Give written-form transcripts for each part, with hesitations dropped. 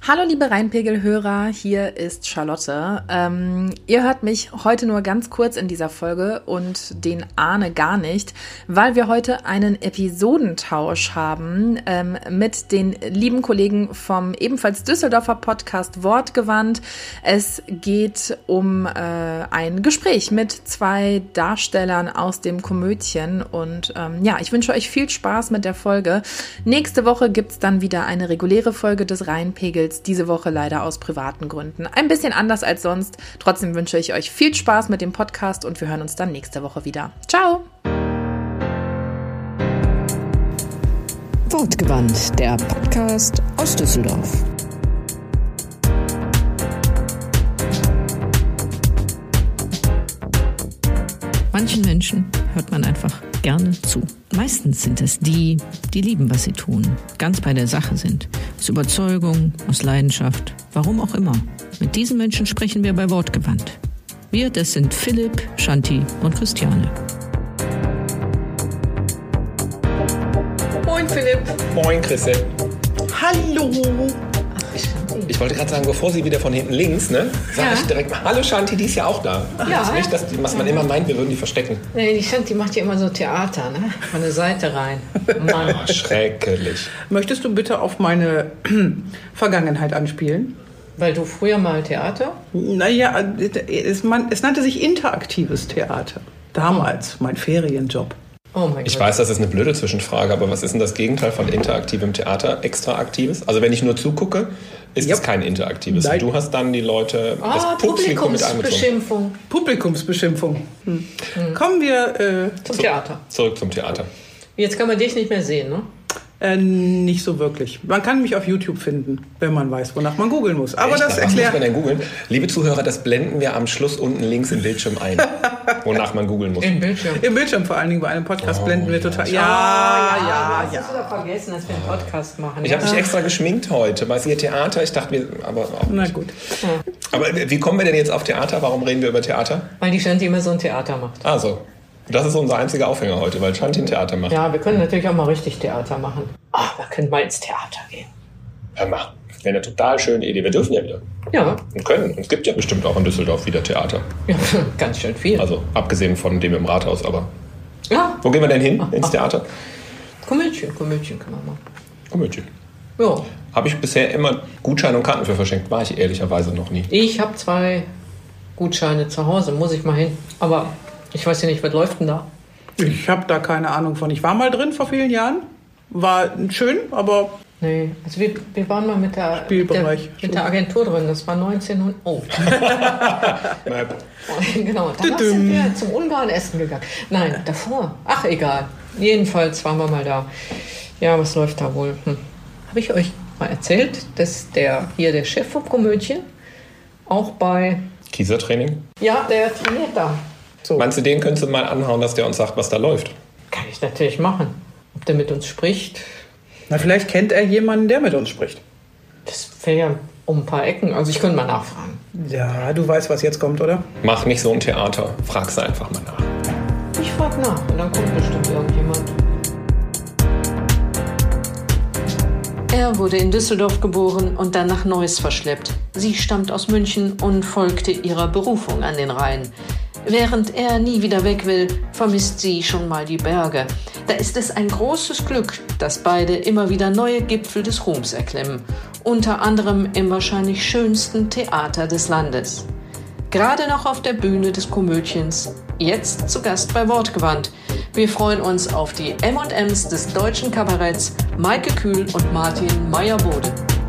Hallo liebe Rheinpegel-Hörer, hier ist Charlotte. Ihr hört mich heute nur ganz kurz in dieser Folge und den Arne gar nicht, weil wir heute einen Episodentausch haben mit den lieben Kollegen vom ebenfalls Düsseldorfer Podcast Wortgewandt. Es geht um ein Gespräch mit zwei Darstellern aus dem Komödien und ich wünsche euch viel Spaß mit der Folge. Nächste Woche gibt's dann wieder eine reguläre Folge des Rheinpegels. Diese Woche leider aus privaten Gründen. Ein bisschen anders als sonst. Trotzdem wünsche ich euch viel Spaß mit dem Podcast und wir hören uns dann nächste Woche wieder. Ciao! Wortgewandt, der Podcast aus Düsseldorf. Manchen Menschen hört man einfach gerne zu. Meistens sind es die lieben, was sie tun, ganz bei der Sache sind. Aus Überzeugung, aus Leidenschaft, warum auch immer. Mit diesen Menschen sprechen wir bei Wortgewandt. Wir, das sind Philipp, Shanti und Christiane. Moin Philipp. Moin Chrisse. Hallo. Ich wollte gerade sagen, bevor sie wieder von hinten links, sage ich direkt mal, hallo Shanti, die ist ja auch da. Ja. Das ist nicht, dass man immer meint, wir würden die verstecken. Nee, die Shanti macht ja immer so Theater, ne? Von der Seite rein. Mann. Oh, schrecklich. Möchtest du bitte auf meine Vergangenheit anspielen? Weil du früher mal Theater? Naja, es nannte sich interaktives Theater. Damals, mein Ferienjob. Oh mein Gott. Ich weiß, das ist eine blöde Zwischenfrage, aber was ist denn das Gegenteil von interaktivem Theater? Extraaktives? Also wenn ich nur zugucke, ist es kein interaktives. Nein. Du hast dann die Leute, das Publikum mit einbezogen. Publikumsbeschimpfung. Kommen wir Zum Theater. Zurück zum Theater. Jetzt kann man dich nicht mehr sehen, ne? nicht so wirklich. Man kann mich auf YouTube finden, wenn man weiß, wonach man googeln muss. Aber Echt? das Was muss erklärt. man denn googeln? Liebe Zuhörer, das blenden wir am Schluss unten links im Bildschirm ein, wonach man googeln muss. Im Bildschirm. Im Bildschirm vor allen Dingen bei einem Podcast blenden wir total. Das Ja. hast du doch vergessen, dass wir einen Podcast machen. Ich habe mich extra geschminkt heute, weil es hier Theater, ich dachte mir, aber auch Na nicht. gut. Aber wie kommen wir denn jetzt auf Theater? Warum reden wir über Theater? Weil die Shanti immer so ein Theater macht. Also, das ist unser einziger Aufhänger heute, weil Shanti ein Theater macht. Ja, wir können natürlich auch mal richtig Theater machen. Ach, wir können mal ins Theater gehen. Hör mal, wäre eine total schöne Idee. Wir dürfen ja wieder. Ja, Und können. Und es gibt ja bestimmt auch in Düsseldorf wieder Theater. ja, ganz schön viel. Also, abgesehen von dem im Rathaus, aber. Ja, Wo gehen wir denn hin? Ins Theater? Komödien können wir machen. Komödie. Ja, Habe ich bisher immer Gutscheine und Karten für verschenkt. War ich ehrlicherweise noch nie. ich habe 2 Gutscheine zu Hause, muss ich mal hin. Aber ich weiß ja nicht, was läuft denn da? Ich habe da keine Ahnung von. Ich war mal drin vor vielen Jahren. War schön, aber Nee, also wir waren mal mit der, Spielbereich. mit der Agentur drin, das war 1900. Oh, genau, danach sind wir zum Ungarn essen gegangen. Nein, davor. Ach, egal. Jedenfalls waren wir mal da. Ja, was läuft da wohl? Habe ich euch mal erzählt, dass der Chef vom Komödien auch bei... Kiesertraining. Ja, der trainiert da. so. Meinst du, den könntest du mal anhauen, dass der uns sagt, was da läuft? Kann ich natürlich machen. Ob der mit uns spricht, Na, vielleicht kennt er jemanden, der mit uns spricht. das wäre ja um ein paar Ecken. Also ich könnte mal nachfragen. Ja, du weißt, was jetzt kommt, oder? Mach nicht so ein Theater. Frag's einfach mal nach. Ich frage nach und dann kommt bestimmt irgendjemand. Er wurde in Düsseldorf geboren und dann nach Neuss verschleppt. Sie stammt aus München und folgte ihrer Berufung an den Rhein. Während er nie wieder weg will, vermisst sie schon mal die Berge. Da ist es ein großes Glück, dass beide immer wieder neue Gipfel des Ruhms erklimmen. Unter anderem im wahrscheinlich schönsten Theater des Landes. Gerade noch auf der Bühne des Komödiens, jetzt zu Gast bei Wortgewandt. Wir freuen uns auf die M&Ms des deutschen Kabaretts, Maike Kühl und Martin Meyer-Bode.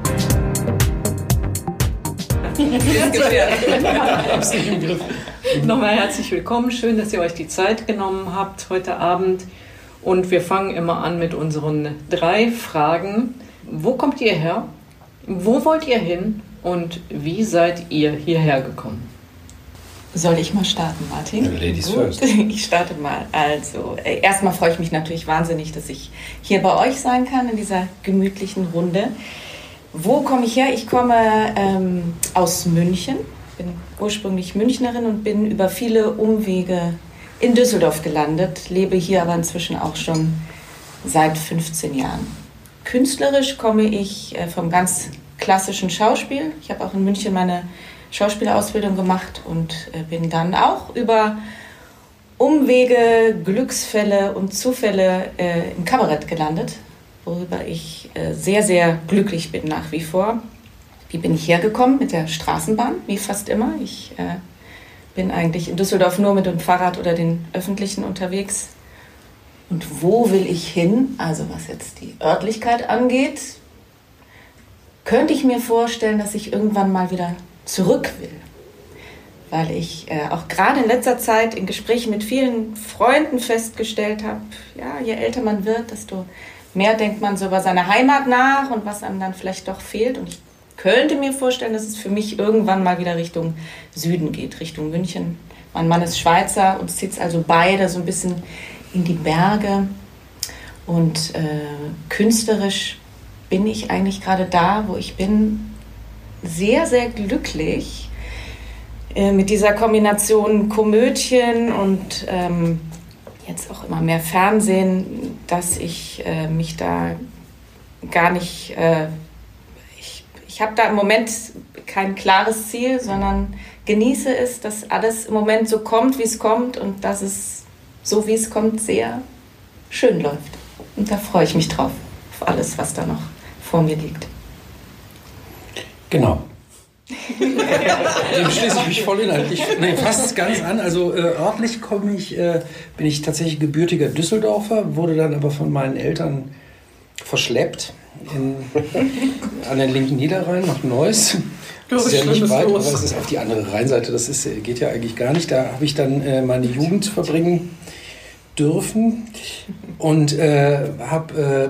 Nochmal herzlich willkommen. Schön, dass ihr euch die Zeit genommen habt heute Abend. Und wir fangen immer an mit unseren 3 Fragen. Wo kommt ihr her? Wo wollt ihr hin? Und wie seid ihr hierher gekommen? Soll ich mal starten, Martin? Ja, Ladies Gut. first. Ich starte mal. Also, erstmal freue ich mich natürlich wahnsinnig, dass ich hier bei euch sein kann, in dieser gemütlichen Runde. Wo komme ich her? Ich komme aus München, bin ursprünglich Münchnerin und bin über viele Umwege in Düsseldorf gelandet, lebe hier aber inzwischen auch schon seit 15 Jahren. Künstlerisch komme ich vom ganz klassischen Schauspiel. Ich habe auch in München meine Schauspielausbildung gemacht und bin dann auch über Umwege, Glücksfälle und Zufälle im Kabarett gelandet, worüber ich sehr, sehr glücklich bin nach wie vor. Wie bin ich hergekommen? Mit der Straßenbahn, wie fast immer. Ich bin eigentlich in Düsseldorf nur mit dem Fahrrad oder den Öffentlichen unterwegs. Und wo will ich hin? Also was jetzt die Örtlichkeit angeht, könnte ich mir vorstellen, dass ich irgendwann mal wieder zurück will. Weil ich auch gerade in letzter Zeit in Gesprächen mit vielen Freunden festgestellt habe, ja, je älter man wird, desto mehr denkt man so über seine Heimat nach und was einem dann vielleicht doch fehlt. Und ich könnte mir vorstellen, dass es für mich irgendwann mal wieder Richtung Süden geht, Richtung München. Mein Mann ist Schweizer, uns zieht es also beide so ein bisschen in die Berge. Und künstlerisch bin ich eigentlich gerade da, wo ich bin, sehr, sehr glücklich mit dieser Kombination Komödien und jetzt auch immer mehr Fernsehen, dass ich mich da gar nicht... Ich habe da im Moment kein klares Ziel, sondern genieße es, dass alles im Moment so kommt, wie es kommt und dass es so, wie es kommt, sehr schön läuft. Und da freue ich mich drauf, auf alles, was da noch vor mir liegt. Genau. Dem schließe ich mich voll inhaltlich fast ganz an. Also örtlich bin ich tatsächlich gebürtiger Düsseldorfer, wurde dann aber von meinen Eltern verschleppt an den linken Niederrhein nach Neuss. Das ist ja nicht weit, aber es ist auf die andere Rheinseite. Das geht ja eigentlich gar nicht. Da habe ich dann meine Jugend verbringen dürfen und habe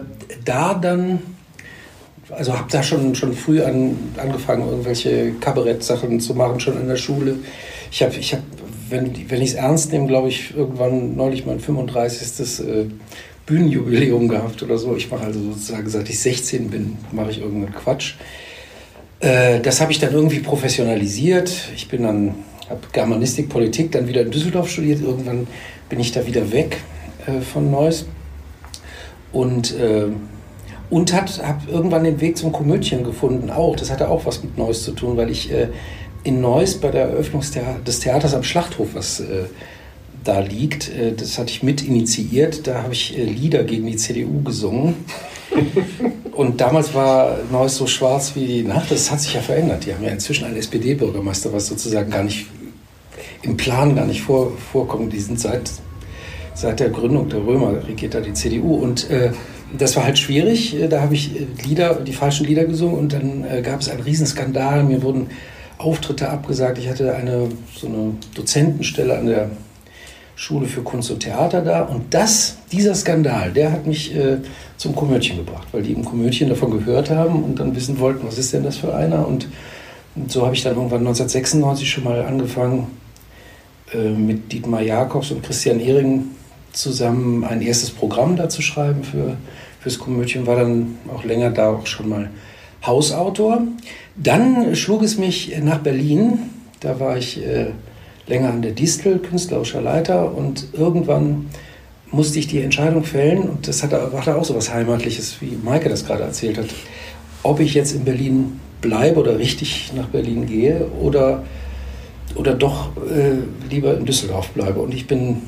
da schon früh angefangen, irgendwelche Kabarettsachen zu machen, schon in der Schule. Ich hab, wenn ich es ernst nehme, glaube ich, irgendwann neulich mein 35. Bühnenjubiläum gehabt oder so. Ich mache also sozusagen, seit ich 16 bin, mache ich irgendeinen Quatsch. Das habe ich dann irgendwie professionalisiert. Ich habe Germanistik, Politik, dann wieder in Düsseldorf studiert. Irgendwann bin ich da wieder weg von Neuss und habe irgendwann den Weg zum Komödien gefunden auch. Das hatte auch was mit Neuss zu tun, weil ich in Neuss bei der Eröffnung des Theaters am Schlachthof, was da liegt, das hatte ich mit initiiert. Da habe ich Lieder gegen die CDU gesungen. Und damals war Neuss so schwarz wie die Nacht. Das hat sich ja verändert. Die haben ja inzwischen einen SPD-Bürgermeister, was sozusagen gar nicht im Plan gar nicht vorkommt. Die sind seit der Gründung der Römer regiert da die CDU. Und das war halt schwierig. Da habe ich die falschen Lieder gesungen und dann gab es einen Riesenskandal. Mir wurden Auftritte abgesagt. Ich hatte so eine Dozentenstelle an der Schule für Kunst und Theater da. Und dieser Skandal, der hat mich zum Komödien gebracht, weil die im Komödien davon gehört haben und dann wissen wollten, was ist denn das für einer? Und so habe ich dann irgendwann 1996 schon mal angefangen, mit Dietmar Jakobs und Christian Ehring zusammen ein erstes Programm da zu schreiben fürs Komödien, war dann auch länger da auch schon mal Hausautor. Dann schlug es mich nach Berlin, da war ich länger an der Distel, künstlerischer Leiter, und irgendwann musste ich die Entscheidung fällen, und das war da auch so was Heimatliches, wie Maike das gerade erzählt hat, ob ich jetzt in Berlin bleibe oder richtig nach Berlin gehe oder doch lieber in Düsseldorf bleibe. Und ich bin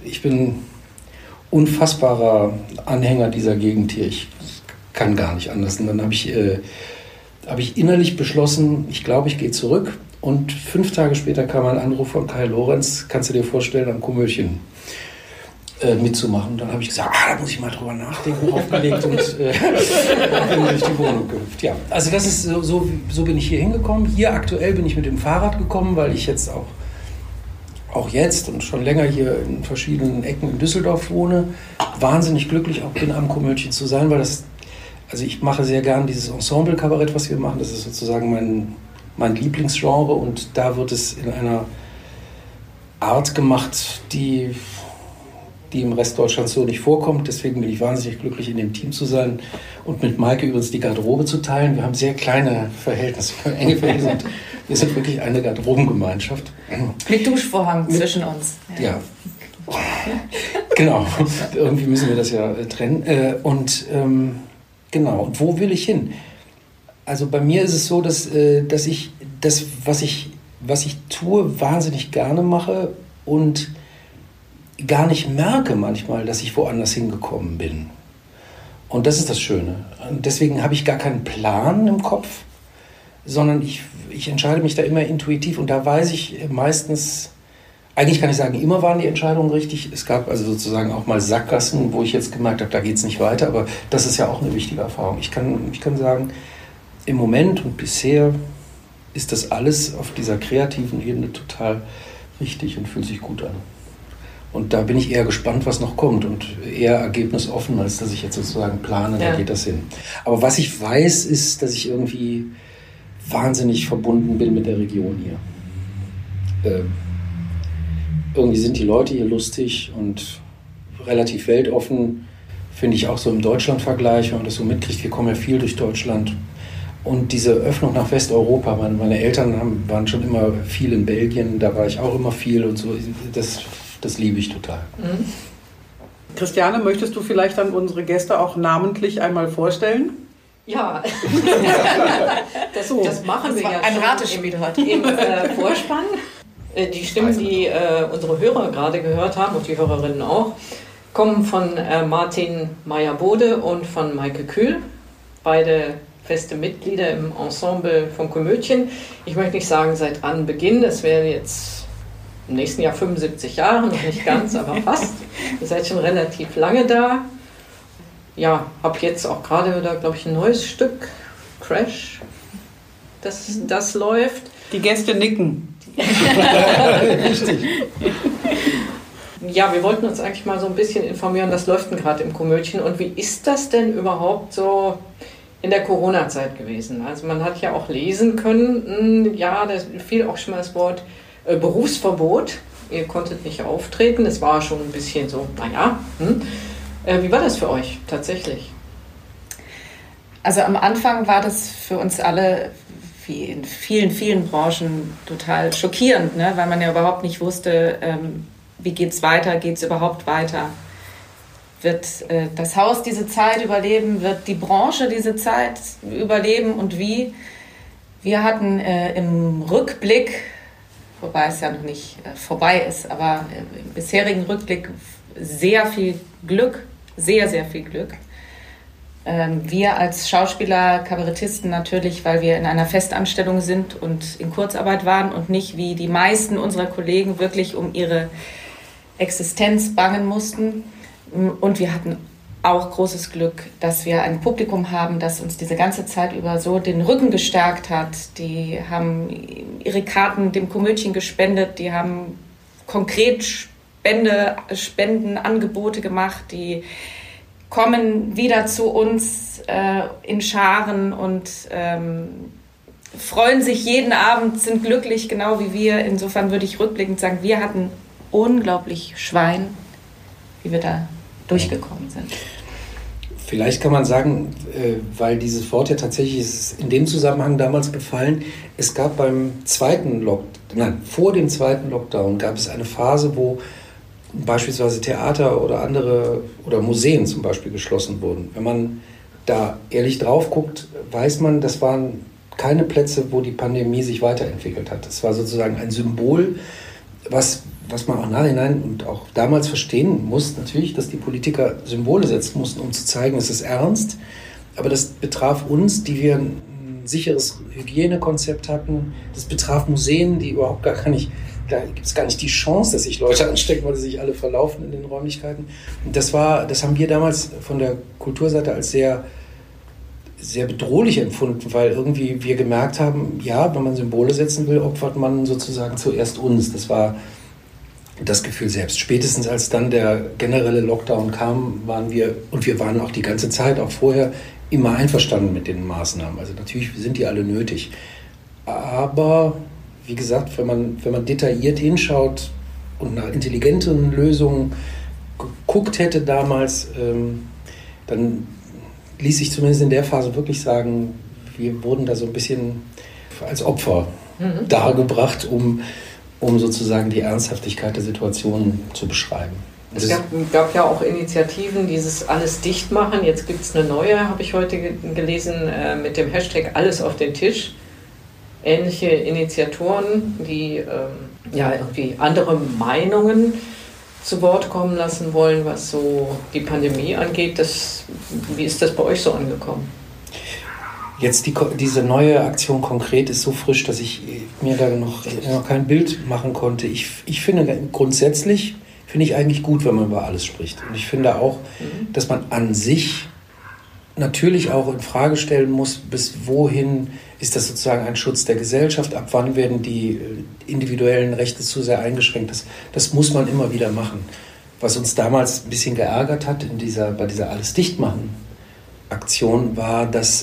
unfassbarer Anhänger dieser Gegend hier. Ich kann gar nicht anders. Und dann habe ich innerlich beschlossen, ich glaube, ich gehe zurück. Und 5 Tage später kam ein Anruf von Kai Lorenz, kannst du dir vorstellen, am Komödien mitzumachen. Dann habe ich gesagt, da muss ich mal drüber nachdenken, aufgelegt und bin durch die Wohnung gehüpft. Ja, also das ist so bin ich hier hingekommen. Hier aktuell bin ich mit dem Fahrrad gekommen, weil ich jetzt auch jetzt und schon länger hier in verschiedenen Ecken in Düsseldorf wohne. Wahnsinnig glücklich auch bin, am Komödien zu sein, weil ich mache sehr gern dieses Ensemble-Kabarett, was wir machen. Das ist sozusagen mein Lieblingsgenre, und da wird es in einer Art gemacht, die im Rest Deutschlands so nicht vorkommt. Deswegen bin ich wahnsinnig glücklich, in dem Team zu sein und mit Maike übrigens die Garderobe zu teilen. Wir haben sehr kleine Verhältnisse, enge Verhältnisse. Wir sind wirklich eine Garderobengemeinschaft. Mit Duschvorhang zwischen uns. Ja. Genau. Irgendwie müssen wir das ja trennen. Genau. Und wo will ich hin? Also bei mir ist es so, dass ich das, was ich tue, wahnsinnig gerne mache und gar nicht merke manchmal, dass ich woanders hingekommen bin. Und das ist das Schöne. Und deswegen habe ich gar keinen Plan im Kopf, sondern ich entscheide mich da immer intuitiv. Und da weiß ich meistens, eigentlich kann ich sagen, immer waren die Entscheidungen richtig. Es gab also sozusagen auch mal Sackgassen, wo ich jetzt gemerkt habe, da geht es nicht weiter. Aber das ist ja auch eine wichtige Erfahrung. Ich kann sagen, im Moment und bisher ist das alles auf dieser kreativen Ebene total richtig und fühlt sich gut an. Und da bin ich eher gespannt, was noch kommt und eher ergebnisoffen, als dass ich jetzt sozusagen plane, da geht das hin. Aber was ich weiß, ist, dass ich irgendwie wahnsinnig verbunden bin mit der Region hier. Irgendwie sind die Leute hier lustig und relativ weltoffen, finde ich auch so im Deutschland-Vergleich, wenn man das so mitkriegt. Wir kommen ja viel durch Deutschland. Und diese Öffnung nach Westeuropa, meine Eltern waren schon immer viel in Belgien, da war ich auch immer viel und so, das liebe ich total. Mhm. Christiane, möchtest du vielleicht dann unsere Gäste auch namentlich einmal vorstellen? Ja, das machen wir ja ein schon Ratespiel heute. Im Vorspann. Die Stimmen, die unsere Hörer gerade gehört haben und die Hörerinnen auch, kommen von Martin Meyer-Bode und von Maike Kühl, beide feste Mitglieder im Ensemble von Komödien. Ich möchte nicht sagen seit Anbeginn, das wäre jetzt im nächsten Jahr 75 Jahre, noch nicht ganz, aber fast. Ihr seid schon relativ lange da. Ja, habe jetzt auch gerade wieder, glaube ich, ein neues Stück, Crash, das läuft. Die Gäste nicken. Richtig. Ja, wir wollten uns eigentlich mal so ein bisschen informieren, was läuft denn gerade im Komödien und wie ist das denn überhaupt so in der Corona-Zeit gewesen? Also man hat ja auch lesen können, ja, da fiel auch schon mal das Wort Berufsverbot. Ihr konntet nicht auftreten, es war schon ein bisschen so, naja. Wie war das für euch tatsächlich? Also am Anfang war das für uns alle, wie in vielen, vielen Branchen, total schockierend, ne? Weil man ja überhaupt nicht wusste, wie geht's weiter, geht's überhaupt weiter? Wird das Haus diese Zeit überleben? Wird die Branche diese Zeit überleben? Und wie? Wir hatten im Rückblick, wobei es ja noch nicht vorbei ist, aber im bisherigen Rückblick sehr viel Glück, sehr, sehr viel Glück. Wir als Schauspieler, Kabarettisten natürlich, weil wir in einer Festanstellung sind und in Kurzarbeit waren und nicht wie die meisten unserer Kollegen wirklich um ihre Existenz bangen mussten. Und wir hatten auch großes Glück, dass wir ein Publikum haben, das uns diese ganze Zeit über so den Rücken gestärkt hat. Die haben ihre Karten dem Komödien gespendet, die haben konkret Spendenangebote gemacht, die kommen wieder zu uns in Scharen und freuen sich jeden Abend, sind glücklich, genau wie wir. Insofern würde ich rückblickend sagen, wir hatten unglaublich Schwein, wie wir da durchgekommen sind. Vielleicht kann man sagen, weil dieses Wort ja tatsächlich ist in dem Zusammenhang damals gefallen, es gab vor dem zweiten Lockdown gab es eine Phase, wo beispielsweise Theater oder andere oder Museen zum Beispiel geschlossen wurden. Wenn man da ehrlich drauf guckt, weiß man, das waren keine Plätze, wo die Pandemie sich weiterentwickelt hat. Es war sozusagen ein Symbol, was man auch nachhinein und auch damals verstehen muss, natürlich, dass die Politiker Symbole setzen mussten, um zu zeigen, es ist ernst. Aber das betraf uns, die wir ein sicheres Hygienekonzept hatten. Das betraf Museen, die überhaupt gar nicht, da gibt es gar nicht die Chance, dass sich Leute anstecken, weil sie sich alle verlaufen in den Räumlichkeiten. Und das haben wir damals von der Kulturseite als sehr, sehr bedrohlich empfunden, weil irgendwie wir gemerkt haben, ja, wenn man Symbole setzen will, opfert man sozusagen zuerst uns. Das war das Gefühl selbst. Spätestens als dann der generelle Lockdown kam, waren wir auch die ganze Zeit, auch vorher, immer einverstanden mit den Maßnahmen. Also natürlich sind die alle nötig. Aber wie gesagt, wenn man detailliert hinschaut und nach intelligenten Lösungen geguckt hätte damals, dann ließ sich zumindest in der Phase wirklich sagen, wir wurden da so ein bisschen als Opfer dargebracht, um sozusagen die Ernsthaftigkeit der Situation zu beschreiben. Es gab ja auch Initiativen, dieses alles dicht machen. Jetzt gibt es eine neue, habe ich heute gelesen, mit dem Hashtag alles auf den Tisch. Ähnliche Initiatoren, die irgendwie andere Meinungen zu Wort kommen lassen wollen, was so die Pandemie angeht. Wie ist das bei euch so angekommen? Jetzt diese neue Aktion konkret ist so frisch, dass ich mir da noch kein Bild machen konnte. Ich finde grundsätzlich, finde ich eigentlich gut, wenn man über alles spricht. Und ich finde auch, dass man an sich natürlich auch in Frage stellen muss, bis wohin ist das sozusagen ein Schutz der Gesellschaft, ab wann werden die individuellen Rechte zu sehr eingeschränkt. Das muss man immer wieder machen. Was uns damals ein bisschen geärgert hat bei dieser Alles-Dicht-Machen-Aktion war, dass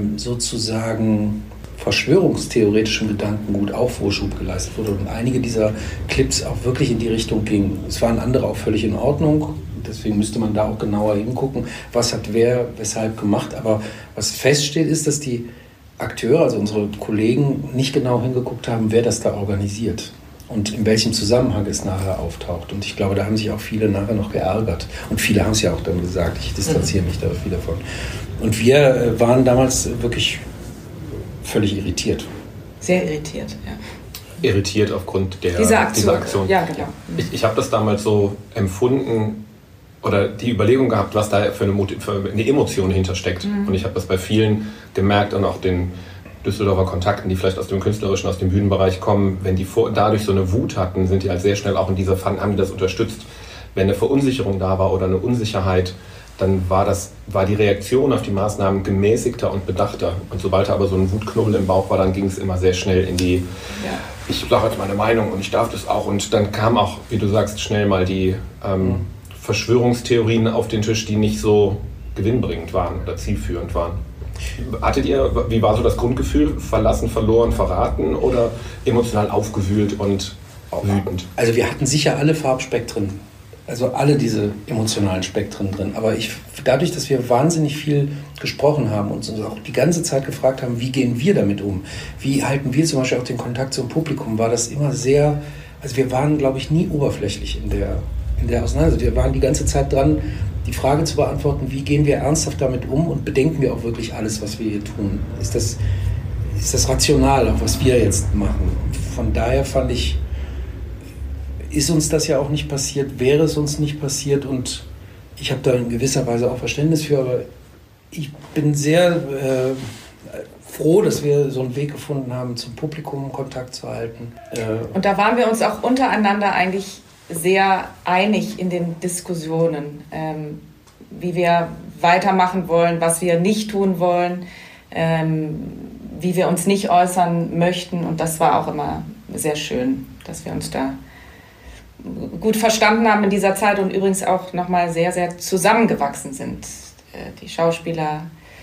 sozusagen verschwörungstheoretischen Gedankengut auch Vorschub geleistet wurde und einige dieser Clips auch wirklich in die Richtung gingen. Es waren andere auch völlig in Ordnung, deswegen müsste man da auch genauer hingucken, was hat wer weshalb gemacht. Aber was feststeht, ist, dass die Akteure, also unsere Kollegen, nicht genau hingeguckt haben, wer das da organisiert und in welchem Zusammenhang es nachher auftaucht. Und ich glaube, da haben sich auch viele nachher noch geärgert. Und viele haben es ja auch dann gesagt, ich distanziere mich da viel davon. Und wir waren damals wirklich völlig irritiert. Sehr irritiert, ja. Irritiert aufgrund dieser Aktion. Ja, genau. Ich habe das damals so empfunden oder die Überlegung gehabt, was da für eine Emotion hintersteckt. Und ich habe das bei vielen gemerkt und auch den Düsseldorfer Kontakten, die vielleicht aus dem Künstlerischen, aus dem Bühnenbereich kommen, wenn die dadurch so eine Wut hatten, sind die halt sehr schnell auch in dieser haben die das unterstützt. Wenn eine Verunsicherung da war oder eine Unsicherheit, dann war die Reaktion auf die Maßnahmen gemäßigter und bedachter. Und sobald da aber so ein Wutknubbel im Bauch war, dann ging es immer sehr schnell in die, ich sage jetzt meine Meinung und ich darf das auch. Und dann kam auch, wie du sagst, schnell mal die Verschwörungstheorien auf den Tisch, die nicht so gewinnbringend waren oder zielführend waren. Wie war so das Grundgefühl? Verlassen, verloren, verraten oder emotional aufgewühlt und wütend? Also wir hatten sicher alle Farbspektren. Also alle diese emotionalen Spektren drin. Aber dadurch, dass wir wahnsinnig viel gesprochen haben und uns auch die ganze Zeit gefragt haben, wie gehen wir damit um? Wie halten wir zum Beispiel auch den Kontakt zum Publikum? War das immer sehr, also wir waren, glaube ich, nie oberflächlich in der Auseinandersetzung. Wir waren die ganze Zeit dran, die Frage zu beantworten, wie gehen wir ernsthaft damit um und bedenken wir auch wirklich alles, was wir hier tun? Ist das rational, auch was wir jetzt machen? Von daher fand ich, ist uns das ja auch nicht passiert, wäre es uns nicht passiert und ich habe da in gewisser Weise auch Verständnis für, aber ich bin sehr froh, dass wir so einen Weg gefunden haben, zum Publikum Kontakt zu halten. Und da waren wir uns auch untereinander eigentlich sehr einig in den Diskussionen, wie wir weitermachen wollen, was wir nicht tun wollen, wie wir uns nicht äußern möchten und das war auch immer sehr schön, dass wir uns da gut verstanden haben in dieser Zeit und übrigens auch nochmal sehr, sehr zusammengewachsen sind. Die Schauspieler,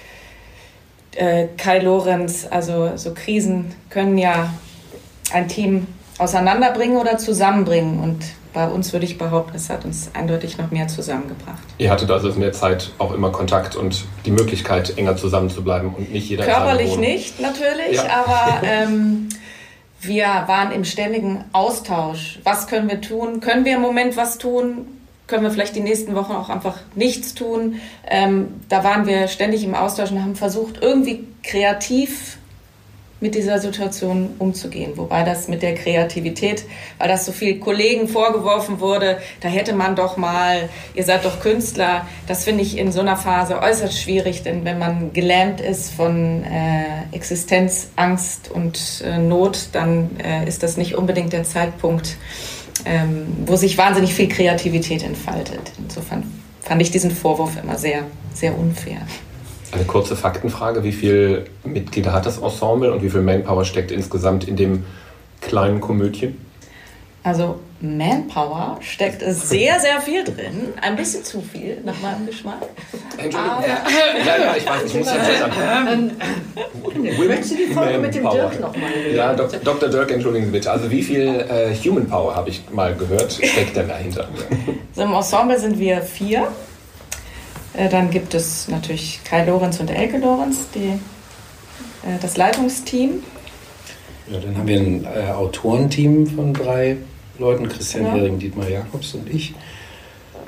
Kai Lorenz, also so Krisen können ja ein Team auseinanderbringen oder zusammenbringen und bei uns würde ich behaupten, es hat uns eindeutig noch mehr zusammengebracht. Ihr hattet also in der Zeit auch immer Kontakt und die Möglichkeit, enger zusammenzubleiben und nicht jeder... Körperlich nicht, natürlich, ja. Aber wir waren im ständigen Austausch. Was können wir tun? Können wir im Moment was tun? Können wir vielleicht die nächsten Wochen auch einfach nichts tun? Da waren wir ständig im Austausch und haben versucht, irgendwie kreativ mit dieser Situation umzugehen. Wobei das mit der Kreativität, weil das so viel Kollegen vorgeworfen wurde, da hätte man doch mal, ihr seid doch Künstler, das finde ich in so einer Phase äußerst schwierig, denn wenn man gelähmt ist von Existenzangst und Not, dann ist das nicht unbedingt der Zeitpunkt, wo sich wahnsinnig viel Kreativität entfaltet. Insofern fand ich diesen Vorwurf immer sehr, sehr unfair. Eine kurze Faktenfrage, wie viele Mitglieder hat das Ensemble und wie viel Manpower steckt insgesamt in dem kleinen Komödchen? Also Manpower steckt sehr, sehr viel drin. Ein bisschen zu viel, nach meinem Geschmack. Entschuldigung. Ja, ich weiß, ich muss das sagen. Möchtest du die Folge mit dem Dirk nochmal? Ja, Dr. Dirk, entschuldigen Sie bitte. Also wie viel Human Power, habe ich mal gehört, steckt denn dahinter? So, im Ensemble sind wir 4. Dann gibt es natürlich Kai Lorenz und Elke Lorenz, das Leitungsteam. Ja, dann haben wir ein Autorenteam von 3 Leuten, Christian Hering, Dietmar Jacobs und ich.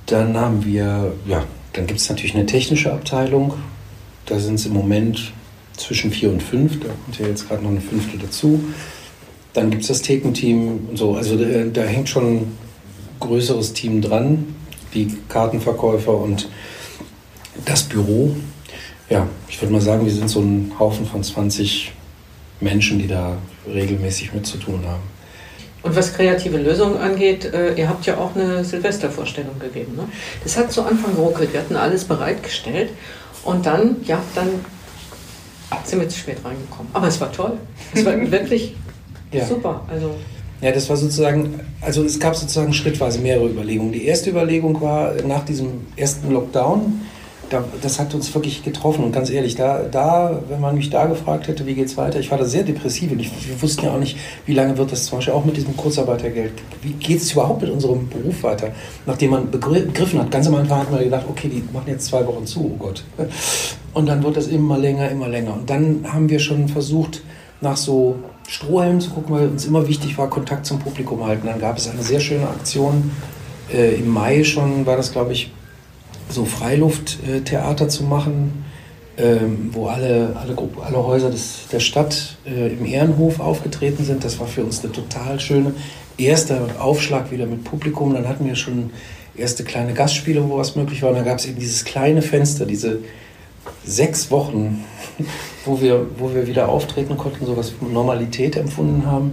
Dann haben wir, dann gibt es natürlich eine technische Abteilung. Da sind es im Moment zwischen 4 und 5. Da kommt ja jetzt gerade noch eine 5. dazu. Dann gibt es das Thekenteam und so. Also da hängt schon ein größeres Team dran. Die Kartenverkäufer und das Büro. Ja, ich würde mal sagen, wir sind so ein Haufen von 20 Menschen, die da regelmäßig mit zu tun haben. Und was kreative Lösungen angeht, ihr habt ja auch eine Silvestervorstellung gegeben, ne? Das hat zu Anfang geruckelt. Wir hatten alles bereitgestellt und dann sind wir zu spät reingekommen. Aber es war toll. Es war wirklich super. Also ja, das war sozusagen, also es gab sozusagen schrittweise mehrere Überlegungen. Die erste Überlegung war nach diesem ersten Lockdown, das hat uns wirklich getroffen und ganz ehrlich, wenn man mich da gefragt hätte, wie geht's weiter, ich war da sehr depressiv und wir wussten ja auch nicht, wie lange wird das zum Beispiel auch mit diesem Kurzarbeitergeld, wie geht es überhaupt mit unserem Beruf weiter, nachdem man begriffen hat, ganz am Anfang hat man gedacht, okay, die machen jetzt 2 Wochen zu, oh Gott. Und dann wird das immer länger und dann haben wir schon versucht, nach so Strohhelmen zu gucken, weil uns immer wichtig war, Kontakt zum Publikum halten. Dann gab es eine sehr schöne Aktion, im Mai schon war das, glaube ich, so Freilufttheater zu machen, wo alle Häuser der Stadt im Ehrenhof aufgetreten sind. Das war für uns eine total schöne erster Aufschlag wieder mit Publikum. Dann hatten wir schon erste kleine Gastspiele, wo was möglich war. Und dann gab es eben dieses kleine Fenster, diese 6 Wochen, wo wir wieder auftreten konnten, so was wir Normalität empfunden haben.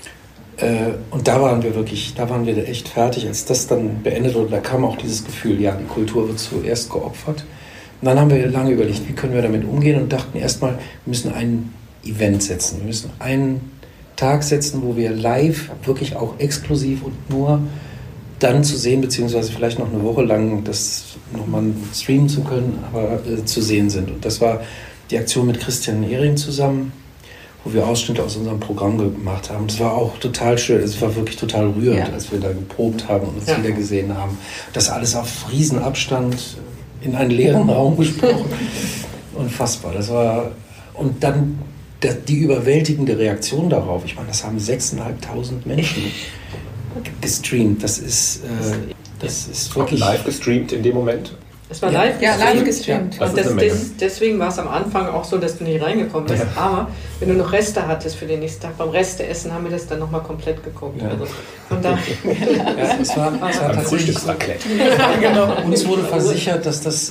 Und da waren wir echt fertig, als das dann beendet wurde. Da kam auch dieses Gefühl, ja, die Kultur wird zuerst geopfert. Und dann haben wir lange überlegt, wie können wir damit umgehen und dachten erstmal, wir müssen ein Event setzen. Wir müssen einen Tag setzen, wo wir live, wirklich auch exklusiv und nur dann zu sehen, beziehungsweise vielleicht noch eine Woche lang das nochmal streamen zu können, aber zu sehen sind. Und das war die Aktion mit Christian Ehring zusammen, wo wir Ausschnitte aus unserem Programm gemacht haben. Das war auch total schön, es war wirklich total rührend, als wir da geprobt haben und uns wieder gesehen haben. Das alles auf Riesenabstand in einen leeren Raum gesprochen. Unfassbar. Das war, und dann die überwältigende Reaktion darauf. Ich meine, das haben 6.500 Menschen gestreamt. Das ist wirklich... Live gestreamt in dem Moment? Es war live gestreamt. Ja. Und deswegen war es am Anfang auch so, dass du nicht reingekommen bist. Ja. Aber wenn du noch Reste hattest für den nächsten Tag, beim Resteessen haben wir das dann nochmal komplett geguckt. Ja. Also von daher. Es war tatsächlich so. Genau. Uns wurde versichert, dass das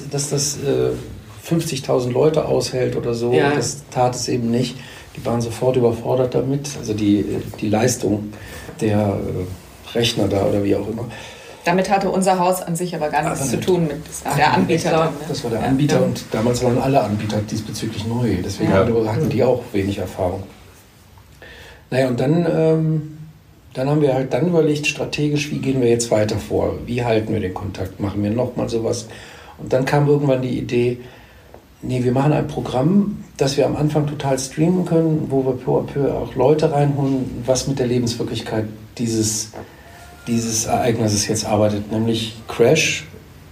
50.000 Leute aushält oder so. Ja. Das tat es eben nicht. Die waren sofort überfordert damit. Also die Leistung der Rechner da oder wie auch immer. Damit hatte unser Haus an sich aber gar nichts zu tun mit der Anbieter. Das war der Anbieter und damals waren alle Anbieter diesbezüglich neu. Deswegen hatten die auch wenig Erfahrung. Naja, und dann haben wir halt dann überlegt, strategisch, wie gehen wir jetzt weiter vor? Wie halten wir den Kontakt? Machen wir nochmal sowas? Und dann kam irgendwann die Idee, wir machen ein Programm, das wir am Anfang total streamen können, wo wir peu à peu auch Leute reinholen, was mit der Lebenswirklichkeit dieses Ereignisses jetzt arbeitet, nämlich Crash,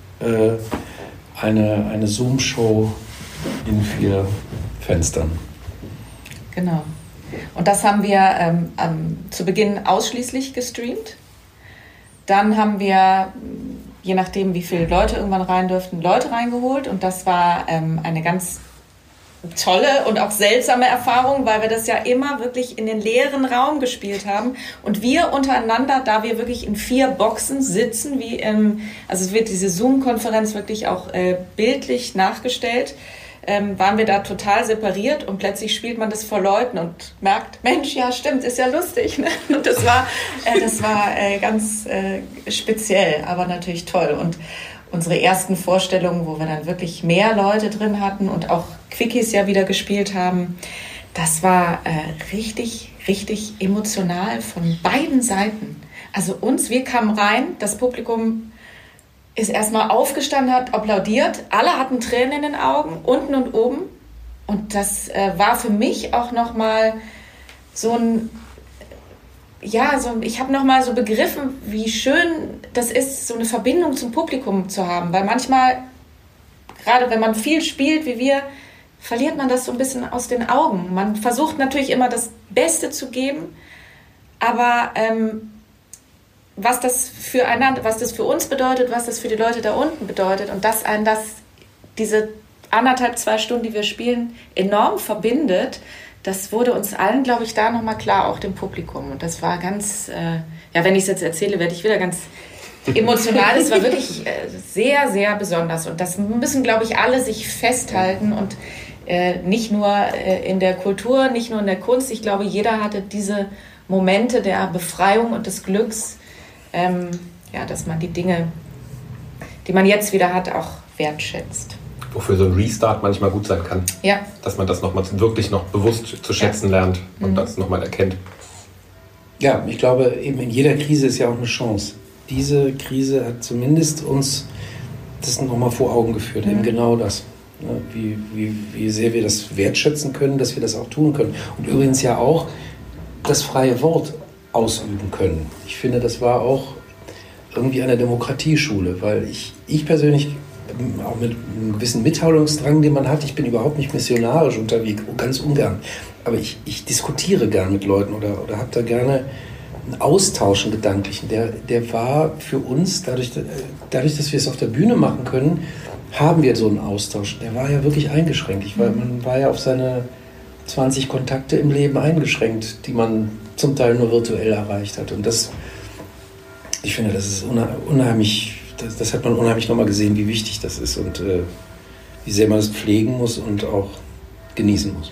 eine Zoom-Show in 4 Fenstern. Genau. Und das haben wir zu Beginn ausschließlich gestreamt. Dann haben wir, je nachdem wie viele Leute irgendwann rein durften, Leute reingeholt. Und das war eine ganz tolle und auch seltsame Erfahrung, weil wir das ja immer wirklich in den leeren Raum gespielt haben und wir untereinander, da wir wirklich in 4 Boxen sitzen, also es wird diese Zoom-Konferenz wirklich auch bildlich nachgestellt, waren wir da total separiert und plötzlich spielt man das vor Leuten und merkt, Mensch, ja stimmt, ist ja lustig, ne? Und das war ganz speziell, aber natürlich toll. Und unsere ersten Vorstellungen, wo wir dann wirklich mehr Leute drin hatten und auch Quickies ja wieder gespielt haben, das war richtig, richtig emotional von beiden Seiten. Also wir kamen rein, das Publikum ist erstmal aufgestanden, hat applaudiert, alle hatten Tränen in den Augen, unten und oben. Und das war für mich auch nochmal ich habe nochmal so begriffen, wie schön das ist, so eine Verbindung zum Publikum zu haben. Weil manchmal, gerade wenn man viel spielt wie wir, verliert man das so ein bisschen aus den Augen. Man versucht natürlich immer das Beste zu geben, aber was das für uns bedeutet, was das für die Leute da unten bedeutet und dass einen diese 1,5, 2 Stunden, die wir spielen, enorm verbindet. Das wurde uns allen, glaube ich, da nochmal klar, auch dem Publikum. Und das war ganz, wenn ich es jetzt erzähle, werde ich wieder ganz emotional. Es war wirklich sehr, sehr besonders. Und das müssen, glaube ich, alle sich festhalten und nicht nur in der Kultur, nicht nur in der Kunst. Ich glaube, jeder hatte diese Momente der Befreiung und des Glücks, dass man die Dinge, die man jetzt wieder hat, auch wertschätzt. Wofür so ein Restart manchmal gut sein kann. Ja. Dass man das nochmal wirklich noch bewusst zu schätzen lernt und das nochmal erkennt. Ja, ich glaube, eben in jeder Krise ist ja auch eine Chance. Diese Krise hat zumindest uns das nochmal vor Augen geführt, eben genau das. Wie sehr wir das wertschätzen können, dass wir das auch tun können. Und übrigens ja auch das freie Wort ausüben können. Ich finde, das war auch irgendwie eine Demokratieschule, weil ich persönlich auch mit einem gewissen Mitteilungsdrang, den man hat. Ich bin überhaupt nicht missionarisch unterwegs, ganz ungern. Aber ich diskutiere gern mit Leuten oder habe da gerne einen Austausch, einen gedanklichen. Der war für uns, dadurch, dass wir es auf der Bühne machen können, haben wir so einen Austausch. Der war ja wirklich eingeschränkt. Man war ja auf seine 20 Kontakte im Leben eingeschränkt, die man zum Teil nur virtuell erreicht hat. Und ich finde, das ist unheimlich. Das hat man unheimlich nochmal gesehen, wie wichtig das ist und wie sehr man es pflegen muss und auch genießen muss.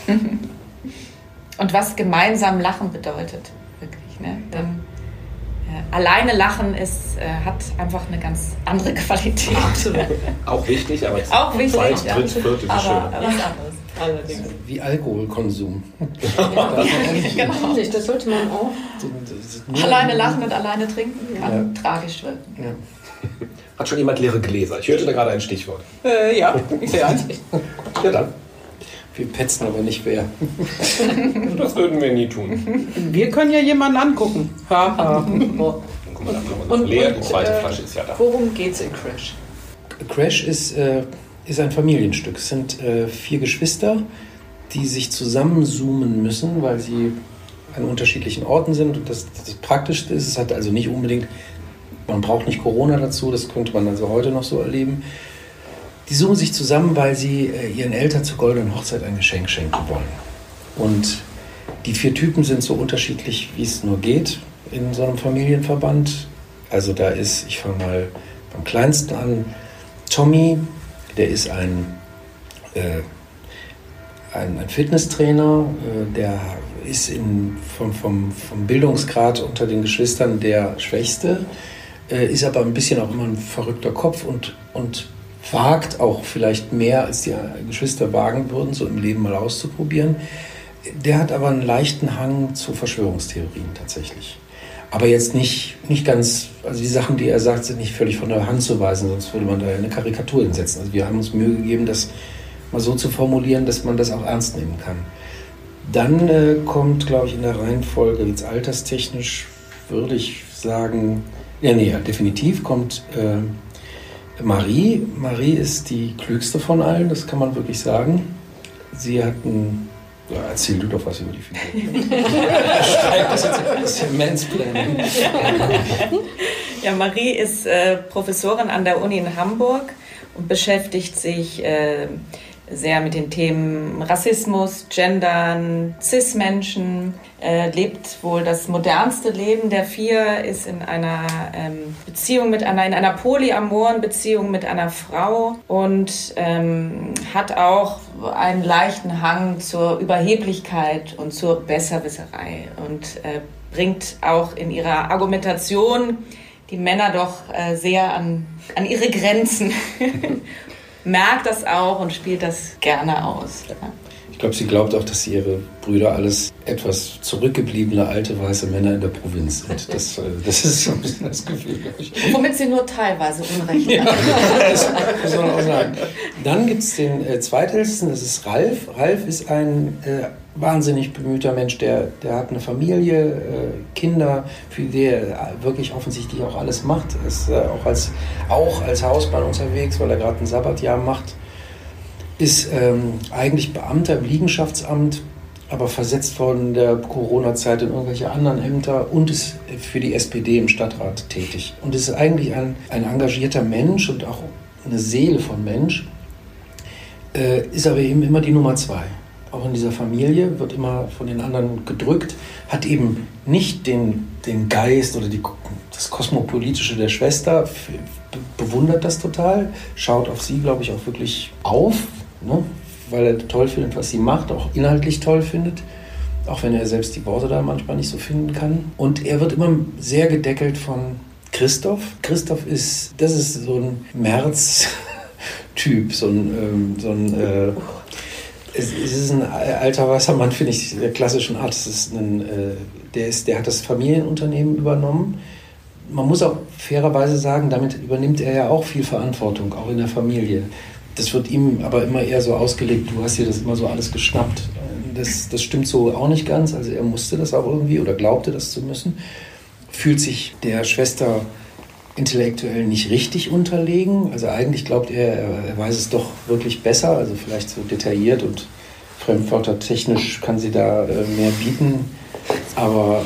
Und was gemeinsam Lachen bedeutet, wirklich. Ne? Denn alleine Lachen hat einfach eine ganz andere Qualität. Absolut. Auch wichtig, aber auch wichtig, zweit, dritt, vierte ist schön. Aber was anderes. Allerdings. Wie Alkoholkonsum. Genau. Das sollte man auch. Alleine lachen und alleine trinken kann tragisch wirken. Ja. Hat schon jemand leere Gläser? Ich hörte da gerade ein Stichwort. Ja, ich sehe eins. Ja, dann. Wir petzen aber nicht wer. Das würden wir nie tun. Wir können ja jemanden angucken. Guck mal, da haben wir noch leer. Die zweite Flasche ist ja da. Worum geht's in Crash? Crash ist ein Familienstück. Es sind 4 Geschwister, die sich zusammenzoomen müssen, weil sie an unterschiedlichen Orten sind. Und das Praktischste ist, es hat also nicht unbedingt, man braucht nicht Corona dazu, das könnte man also heute noch so erleben. Die zoomen sich zusammen, weil sie ihren Eltern zur goldenen Hochzeit ein Geschenk schenken wollen. Und die 4 Typen sind so unterschiedlich, wie es nur geht in so einem Familienverband. Also da ist, ich fange mal beim Kleinsten an, Tommy, der ist ein Fitnesstrainer, der ist vom Bildungsgrad unter den Geschwistern der Schwächste, ist aber ein bisschen auch immer ein verrückter Kopf und wagt auch vielleicht mehr, als die Geschwister wagen würden, so im Leben mal auszuprobieren. Der hat aber einen leichten Hang zu Verschwörungstheorien tatsächlich. Aber jetzt nicht ganz, also die Sachen, die er sagt, sind nicht völlig von der Hand zu weisen, sonst würde man da eine Karikatur hinsetzen. Also wir haben uns Mühe gegeben, das mal so zu formulieren, dass man das auch ernst nehmen kann. Dann kommt, glaube ich, in der Reihenfolge, jetzt alterstechnisch, würde ich sagen, definitiv kommt Marie. Marie ist die klügste von allen, das kann man wirklich sagen. Sie hat erzähl du doch was über die Figur. Schreib das jetzt ein bisschen Mansplaining. Ja, Marie ist Professorin an der Uni in Hamburg und beschäftigt sich sehr mit den Themen Rassismus, Gendern, Cis-Menschen, lebt wohl das modernste Leben der 4, ist in einer Beziehung in einer polyamoren Beziehung mit einer Frau und hat auch einen leichten Hang zur Überheblichkeit und zur Besserwisserei und bringt auch in ihrer Argumentation die Männer doch sehr an ihre Grenzen. Merkt das auch und spielt das gerne aus. Ja. Ich glaube, sie glaubt auch, dass ihre Brüder alles etwas zurückgebliebene alte weiße Männer in der Provinz sind. Das ist so ein bisschen das Gefühl, glaube ich. Womit sie nur teilweise Unrecht hat. Das muss man auch sagen. Dann gibt es den Zweitältesten, das ist Ralf. Ralf ist ein wahnsinnig bemühter Mensch, der hat eine Familie, Kinder, für die er wirklich offensichtlich auch alles macht. Er ist auch als Hausmann unterwegs, weil er gerade ein Sabbatjahr macht. Ist eigentlich Beamter im Liegenschaftsamt aber versetzt von der Corona-Zeit in irgendwelche anderen Ämter und ist für die SPD im Stadtrat tätig. Und ist eigentlich ein engagierter Mensch und auch eine Seele von Mensch, ist aber eben immer die Nummer 2. Auch in dieser Familie wird immer von den anderen gedrückt, hat eben nicht den Geist oder das Kosmopolitische der Schwester, bewundert das total, schaut auf sie, glaube ich, auch wirklich auf, ne? Weil er toll findet, was sie macht, auch inhaltlich toll findet, auch wenn er selbst die Worte da manchmal nicht so finden kann. Und er wird immer sehr gedeckelt von Christoph. Christoph ist so ein Merz-Typ, es ist ein alter weißer Mann, finde ich, der klassischen Art. Es ist der hat das Familienunternehmen übernommen. Man muss auch fairerweise sagen, damit übernimmt er ja auch viel Verantwortung, auch in der Familie. Das wird ihm aber immer eher so ausgelegt, du hast dir das immer so alles geschnappt. Das stimmt so auch nicht ganz. Also er musste das auch irgendwie oder glaubte das zu müssen. Fühlt sich der Schwester intellektuell nicht richtig unterlegen. Also eigentlich glaubt er weiß es doch wirklich besser. Also vielleicht so detailliert und fremdwörtertechnisch kann sie da mehr bieten. Aber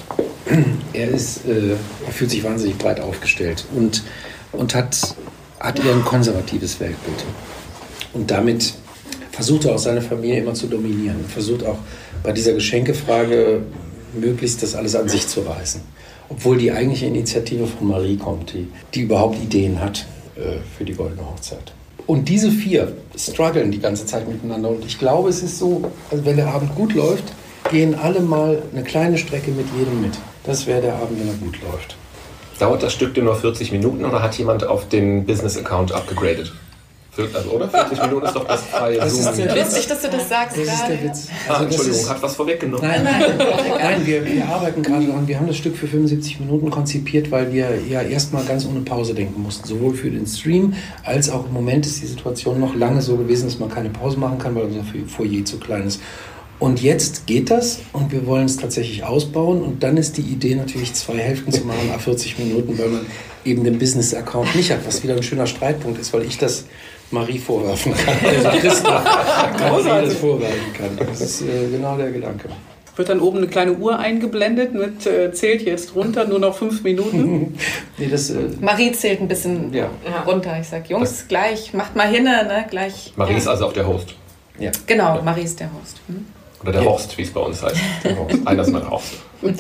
er fühlt sich wahnsinnig breit aufgestellt und hat eher ein konservatives Weltbild. Und damit versucht er auch seine Familie immer zu dominieren. Versucht auch bei dieser Geschenkefrage möglichst das alles an sich zu reißen. Obwohl die eigentliche Initiative von Marie kommt, die überhaupt Ideen hat für die Goldene Hochzeit. Und diese 4 strugglen die ganze Zeit miteinander. Und ich glaube, es ist so, also wenn der Abend gut läuft, gehen alle mal eine kleine Strecke mit jedem mit. Das wäre der Abend, wenn er gut läuft. Dauert das Stück denn nur 40 Minuten oder hat jemand auf den Business-Account abgegradet? Oder? 40 Minuten ist doch das freie Zoom. Das ist witzig, dass du das sagst. Das ist der Witz. Also Entschuldigung, hat was vorweggenommen. Nein, wir arbeiten gerade daran. Wir haben das Stück für 75 Minuten konzipiert, weil wir ja erstmal ganz ohne Pause denken mussten. Sowohl für den Stream, als auch im Moment ist die Situation noch lange so gewesen, dass man keine Pause machen kann, weil unser Foyer zu klein ist. Und jetzt geht das und wir wollen es tatsächlich ausbauen. Und dann ist die Idee natürlich 2 Hälften zu machen, 40 Minuten, weil man eben den Business-Account nicht hat, was wieder ein schöner Streitpunkt ist, weil ich das Marie vorwerfen kann. Also Christoph Marie das vorwerfen kann. Das ist genau der Gedanke. Wird dann oben eine kleine Uhr eingeblendet mit zählt jetzt runter, nur noch 5 Minuten? Nee, Marie zählt ein bisschen runter. Ich sage, Jungs, gleich, macht mal hin, ne? Gleich. Marie ist also auch der Host. Ja. Genau, Marie ist der Host. Oder der Horst, wie es bei uns heißt. Einer ist mein Horst.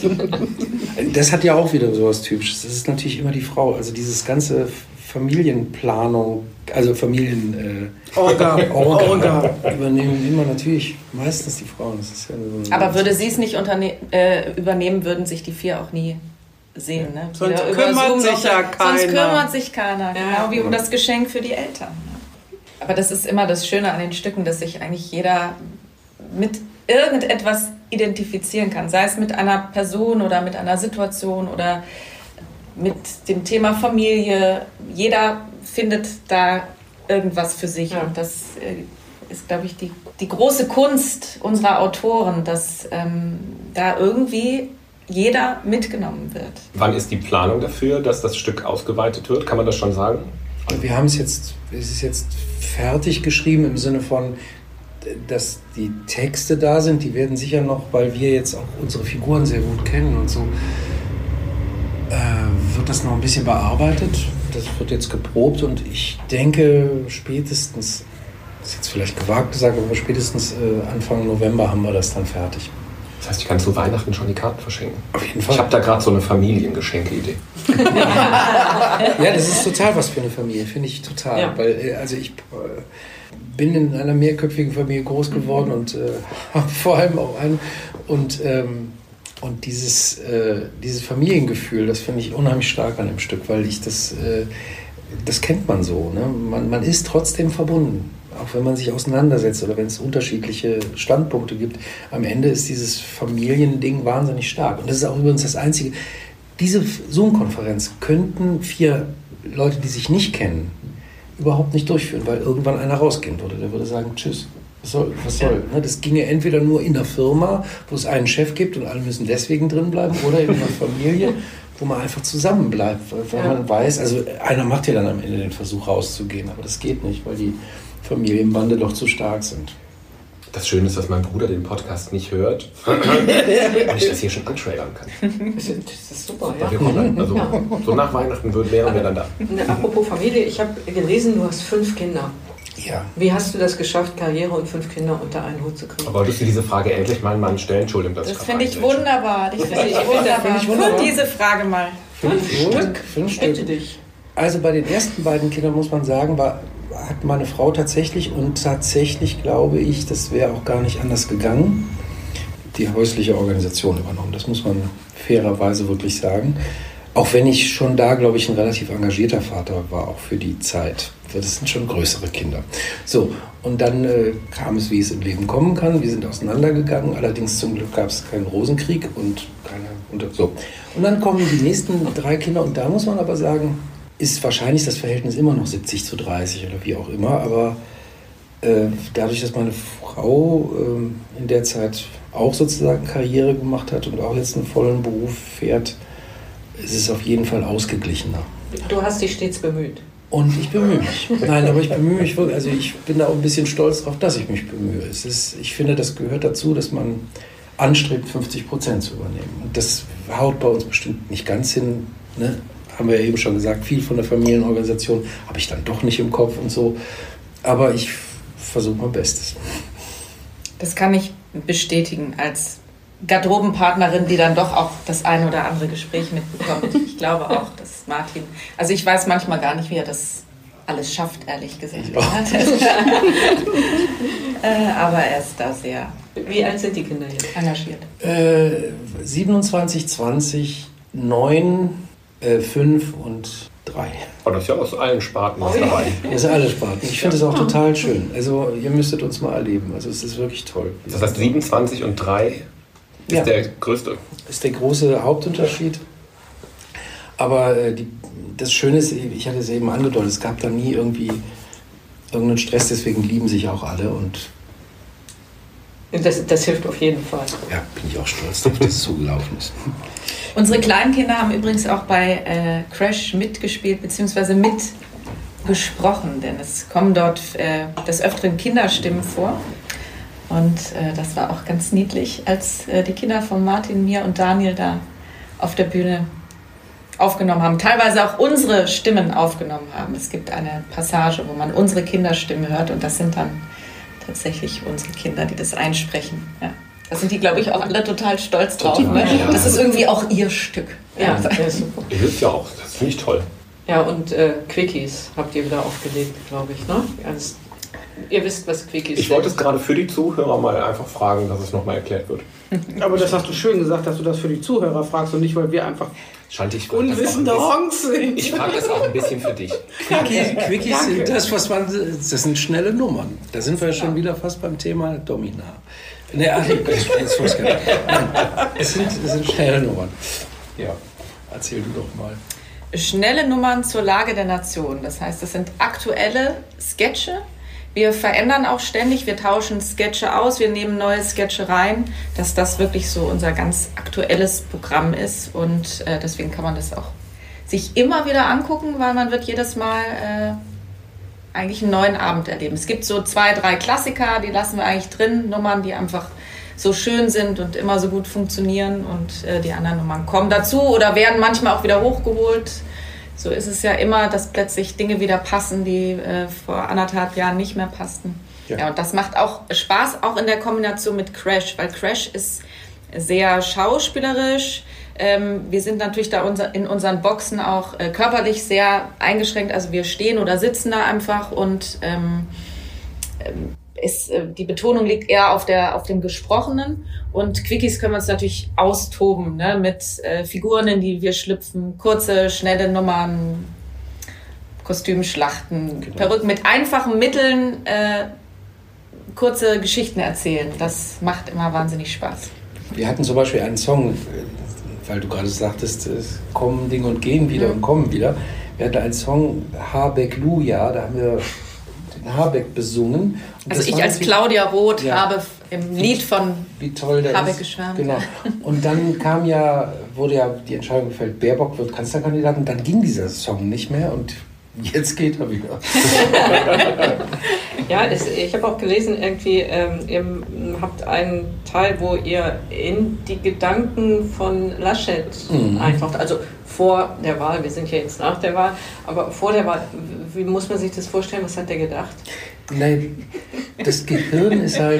Das hat ja auch wieder sowas Typisches. Das ist natürlich immer die Frau. Also dieses ganze Familienplanung, also Orga übernehmen immer natürlich meistens die Frauen. Das ist ja so. Aber würde sie es nicht übernehmen, würden sich die 4 auch nie sehen. Ne? Sonst kümmert sich ja keiner. Sonst kümmert sich keiner. Genau wie um das Geschenk für die Eltern. Aber das ist immer das Schöne an den Stücken, dass sich eigentlich jeder mit irgendetwas identifizieren kann. Sei es mit einer Person oder mit einer Situation oder mit dem Thema Familie. Jeder findet da irgendwas für sich. Ja. Und das ist, glaube ich, die große Kunst unserer Autoren, dass da irgendwie jeder mitgenommen wird. Wann ist die Planung dafür, dass das Stück ausgeweitet wird? Kann man das schon sagen? Wir haben es ist jetzt fertig geschrieben im Sinne von, dass die Texte da sind. Die werden sicher noch, weil wir jetzt auch unsere Figuren sehr gut kennen und so, wird das noch ein bisschen bearbeitet. Das wird jetzt geprobt und ich denke spätestens, das ist jetzt vielleicht gewagt gesagt, aber spätestens Anfang November haben wir das dann fertig. Das heißt, ich kann zu Weihnachten schon die Karten verschenken. Auf jeden Fall. Ich habe da gerade so eine Familiengeschenke-Idee. Ja, das ist total was für eine Familie, finde ich total. Ja. Weil, also ich bin in einer mehrköpfigen Familie groß geworden und habe vor allem auch einen. Und dieses Familiengefühl, das finde ich unheimlich stark an dem Stück, weil ich das kennt man so. Ne? Man ist trotzdem verbunden. Auch wenn man sich auseinandersetzt oder wenn es unterschiedliche Standpunkte gibt, am Ende ist dieses Familiending wahnsinnig stark. Und das ist auch übrigens das Einzige. Diese Zoom-Konferenz könnten 4 Leute, die sich nicht kennen, überhaupt nicht durchführen, weil irgendwann einer rausgehen würde. Der würde sagen, tschüss, was soll? Ja. Das ginge entweder nur in der Firma, wo es einen Chef gibt und alle müssen deswegen drin bleiben, oder in einer Familie, wo man einfach zusammen bleibt, weil man weiß, also einer macht ja dann am Ende den Versuch rauszugehen, aber das geht nicht, weil die Familienbande doch zu stark sind. Das Schöne ist, dass mein Bruder den Podcast nicht hört und ich das hier schon antrailern kann. Das ist super, ja. Wir kommen dann, also so nach Weihnachten wären wir dann da. Apropos Familie, ich habe gelesen, du hast 5 Kinder. Ja. Wie hast du das geschafft, Karriere und 5 Kinder unter einen Hut zu kriegen? Aber wolltest du diese Frage endlich mal einen Mann stellen? Entschuldigung, das finde ich wunderbar. Ich wunderbar. Diese Frage mal. 5 Stück. Bitte dich. Also bei den ersten beiden Kindern muss man sagen, hat meine Frau tatsächlich glaube ich, das wäre auch gar nicht anders gegangen, die häusliche Organisation übernommen. Das muss man fairerweise wirklich sagen. Auch wenn ich schon da, glaube ich, ein relativ engagierter Vater war, auch für die Zeit. Das sind schon größere Kinder. So, und dann kam es, wie es im Leben kommen kann. Wir sind auseinandergegangen. Allerdings zum Glück gab es keinen Rosenkrieg und so. Und dann kommen die nächsten 3 Kinder. Und da muss man aber sagen, ist wahrscheinlich das Verhältnis immer noch 70:30 oder wie auch immer. Aber dadurch, dass meine Frau in der Zeit auch sozusagen Karriere gemacht hat und auch jetzt einen vollen Beruf fährt, ist es auf jeden Fall ausgeglichener. Du hast dich stets bemüht. Und ich bemühe mich. Nein, aber ich bemühe mich wirklich. Also ich bin da auch ein bisschen stolz darauf, dass ich mich bemühe. Ich finde, das gehört dazu, dass man anstrebt, 50% zu übernehmen. Und das haut bei uns bestimmt nicht ganz hin. Ne? Haben wir ja eben schon gesagt, viel von der Familienorganisation habe ich dann doch nicht im Kopf und so. Aber ich versuche mein Bestes. Das kann ich bestätigen als Garderobenpartnerin, die dann doch auch das ein oder andere Gespräch mitbekommt. Ich glaube auch, dass Martin, also ich weiß manchmal gar nicht, wie er das alles schafft, ehrlich gesagt. Ja. Aber er ist da sehr... Wie alt sind die Kinder jetzt? Engagiert. 27, 20, 9, 5 und 3. Oh, das ist ja aus allen Sparten was dabei. Das sind alle Sparten. Ich finde es auch total schön. Also ihr müsstet uns mal erleben. Also es ist wirklich toll. Das heißt 27 und 3 ist der größte. Ist der große Hauptunterschied. Aber das Schöne ist, ich hatte es eben angedeutet, es gab da nie irgendeinen Stress, deswegen lieben sich auch alle. Und das hilft auf jeden Fall. Ja, bin ich auch stolz, dass das so gelaufen ist. Unsere kleinen Kinder haben übrigens auch bei Crash mitgespielt, beziehungsweise mitgesprochen, denn es kommen dort des Öfteren Kinderstimmen vor. Und das war auch ganz niedlich, als die Kinder von Martin, mir und Daniel da auf der Bühne aufgenommen haben. Teilweise auch unsere Stimmen aufgenommen haben. Es gibt eine Passage, wo man unsere Kinderstimmen hört und das sind dann tatsächlich unsere Kinder, die das einsprechen. Ja. Da sind die, glaube ich, auch alle total stolz drauf. Ne? Das ist irgendwie auch ihr Stück. Ja, das ist super. Ihr hilft ja auch, das finde ich toll. Ja, und Quickies habt ihr wieder aufgelegt, glaube ich, ne? Also, ihr wisst, was Quickies sind. Ich wollte es gerade für die Zuhörer mal einfach fragen, dass es nochmal erklärt wird. Aber das hast du schön gesagt, dass du das für die Zuhörer fragst und nicht, weil wir einfach unwissende Honks sind. Ich frage das auch ein bisschen für dich. Quickies sind das sind schnelle Nummern. Da sind wir ja schon wieder fast beim Thema Domina. Es sind schnelle Nummern. Ja, erzähl du doch mal. Schnelle Nummern zur Lage der Nation. Das heißt, das sind aktuelle Sketche. Wir verändern auch ständig, wir tauschen Sketche aus, wir nehmen neue Sketche rein, dass das wirklich so unser ganz aktuelles Programm ist. Und deswegen kann man das auch sich immer wieder angucken, weil man wird jedes Mal eigentlich einen neuen Abend erleben. Es gibt so 2, 3 Klassiker, die lassen wir eigentlich drin, Nummern, die einfach so schön sind und immer so gut funktionieren und die anderen Nummern kommen dazu oder werden manchmal auch wieder hochgeholt. So ist es ja immer, dass plötzlich Dinge wieder passen, die vor 1,5 Jahren nicht mehr passten. Ja, und das macht auch Spaß, auch in der Kombination mit Crash, weil Crash ist sehr schauspielerisch. Wir sind natürlich da in unseren Boxen auch körperlich sehr eingeschränkt. Also wir stehen oder sitzen da einfach und die Betonung liegt eher auf dem Gesprochenen. Und Quickies können wir uns natürlich austoben, ne, mit Figuren, in die wir schlüpfen, kurze, schnelle Nummern, Kostümschlachten, genau. Perücken, mit einfachen Mitteln kurze Geschichten erzählen. Das macht immer wahnsinnig Spaß. Wir hatten zum Beispiel einen Song, weil du gerade sagtest, es kommen Dinge und gehen wieder und kommen wieder. Wir hatten einen Song, Habeck-Luja, da haben wir den Habeck besungen. Und also ich als Claudia Roth habe im Lied von Habeck geschwärmt. Genau. Und dann wurde ja die Entscheidung gefällt, Baerbock wird Kanzlerkandidat und dann ging dieser Song nicht mehr und Jetzt geht er wieder. Ja, ich habe auch gelesen, irgendwie, ihr habt einen Teil, wo ihr in die Gedanken von Laschet eintaucht. Also vor der Wahl, wir sind ja jetzt nach der Wahl, aber vor der Wahl, wie muss man sich das vorstellen? Was hat der gedacht? Nein, das Gehirn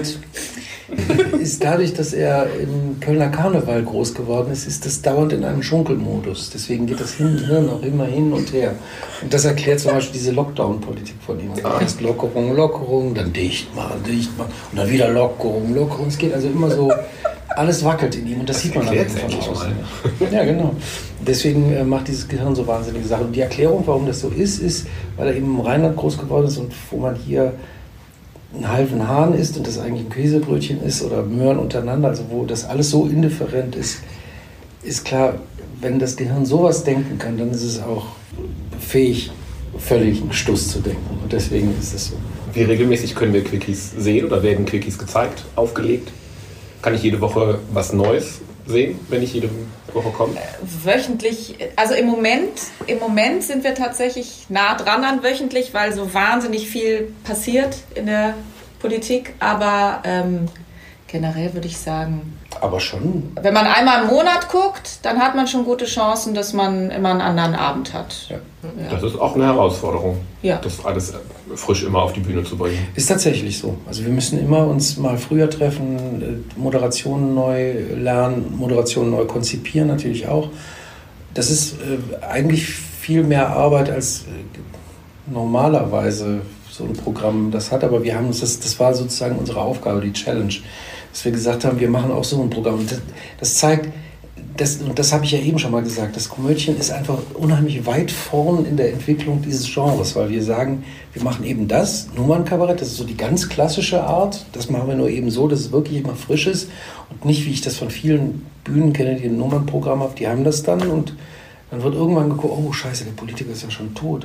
ist dadurch, dass er im Kölner Karneval groß geworden ist das dauernd in einem Schunkelmodus. Deswegen geht das Hirn auch immer hin und her. Und das erklärt zum Beispiel diese Lockdown-Politik von ihm. Erst Lockerung, dann dicht machen und dann wieder Lockerung. Es geht also immer so, alles wackelt in ihm und das sieht man dann von außen. Ja, genau. Deswegen macht dieses Gehirn so wahnsinnige Sachen. Und die Erklärung, warum das so ist, weil er eben im Rheinland groß geworden ist und wo man hier einen halben Hahn isst und das eigentlich ein Käsebrötchen ist oder Möhren untereinander, also wo das alles so indifferent ist klar, wenn das Gehirn sowas denken kann, dann ist es auch fähig, völlig einen Stuss zu denken. Und deswegen ist es so. Wie regelmäßig können wir Quickies sehen oder werden Quickies gezeigt, aufgelegt? Kann ich jede Woche was Neues sehen, wenn ich jede Woche komme? Wöchentlich, also im Moment sind wir tatsächlich nah dran an wöchentlich, weil so wahnsinnig viel passiert in der Politik, aber generell würde ich sagen... Aber schon. Wenn man einmal im Monat guckt, dann hat man schon gute Chancen, dass man immer einen anderen Abend hat. Ja. Ja. Das ist auch eine Herausforderung, ja, das alles frisch immer auf die Bühne zu bringen. Ist tatsächlich so. Also wir müssen immer uns mal früher treffen, Moderationen neu lernen, Moderationen neu konzipieren natürlich auch. Das ist eigentlich viel mehr Arbeit als normalerweise so ein Programm das hat, aber wir haben uns das war sozusagen unsere Aufgabe, die Challenge, dass wir gesagt haben, wir machen auch so ein Programm. Und das zeigt, und das habe ich ja eben schon mal gesagt, das Komödien ist einfach unheimlich weit vorn in der Entwicklung dieses Genres, weil wir sagen, wir machen eben das, Nummernkabarett, das ist so die ganz klassische Art, das machen wir nur eben so, dass es wirklich immer frisch ist und nicht, wie ich das von vielen Bühnen kenne, die ein Nummernprogramm haben, die haben das dann und dann wird irgendwann geguckt, oh scheiße, der Politiker ist ja schon tot.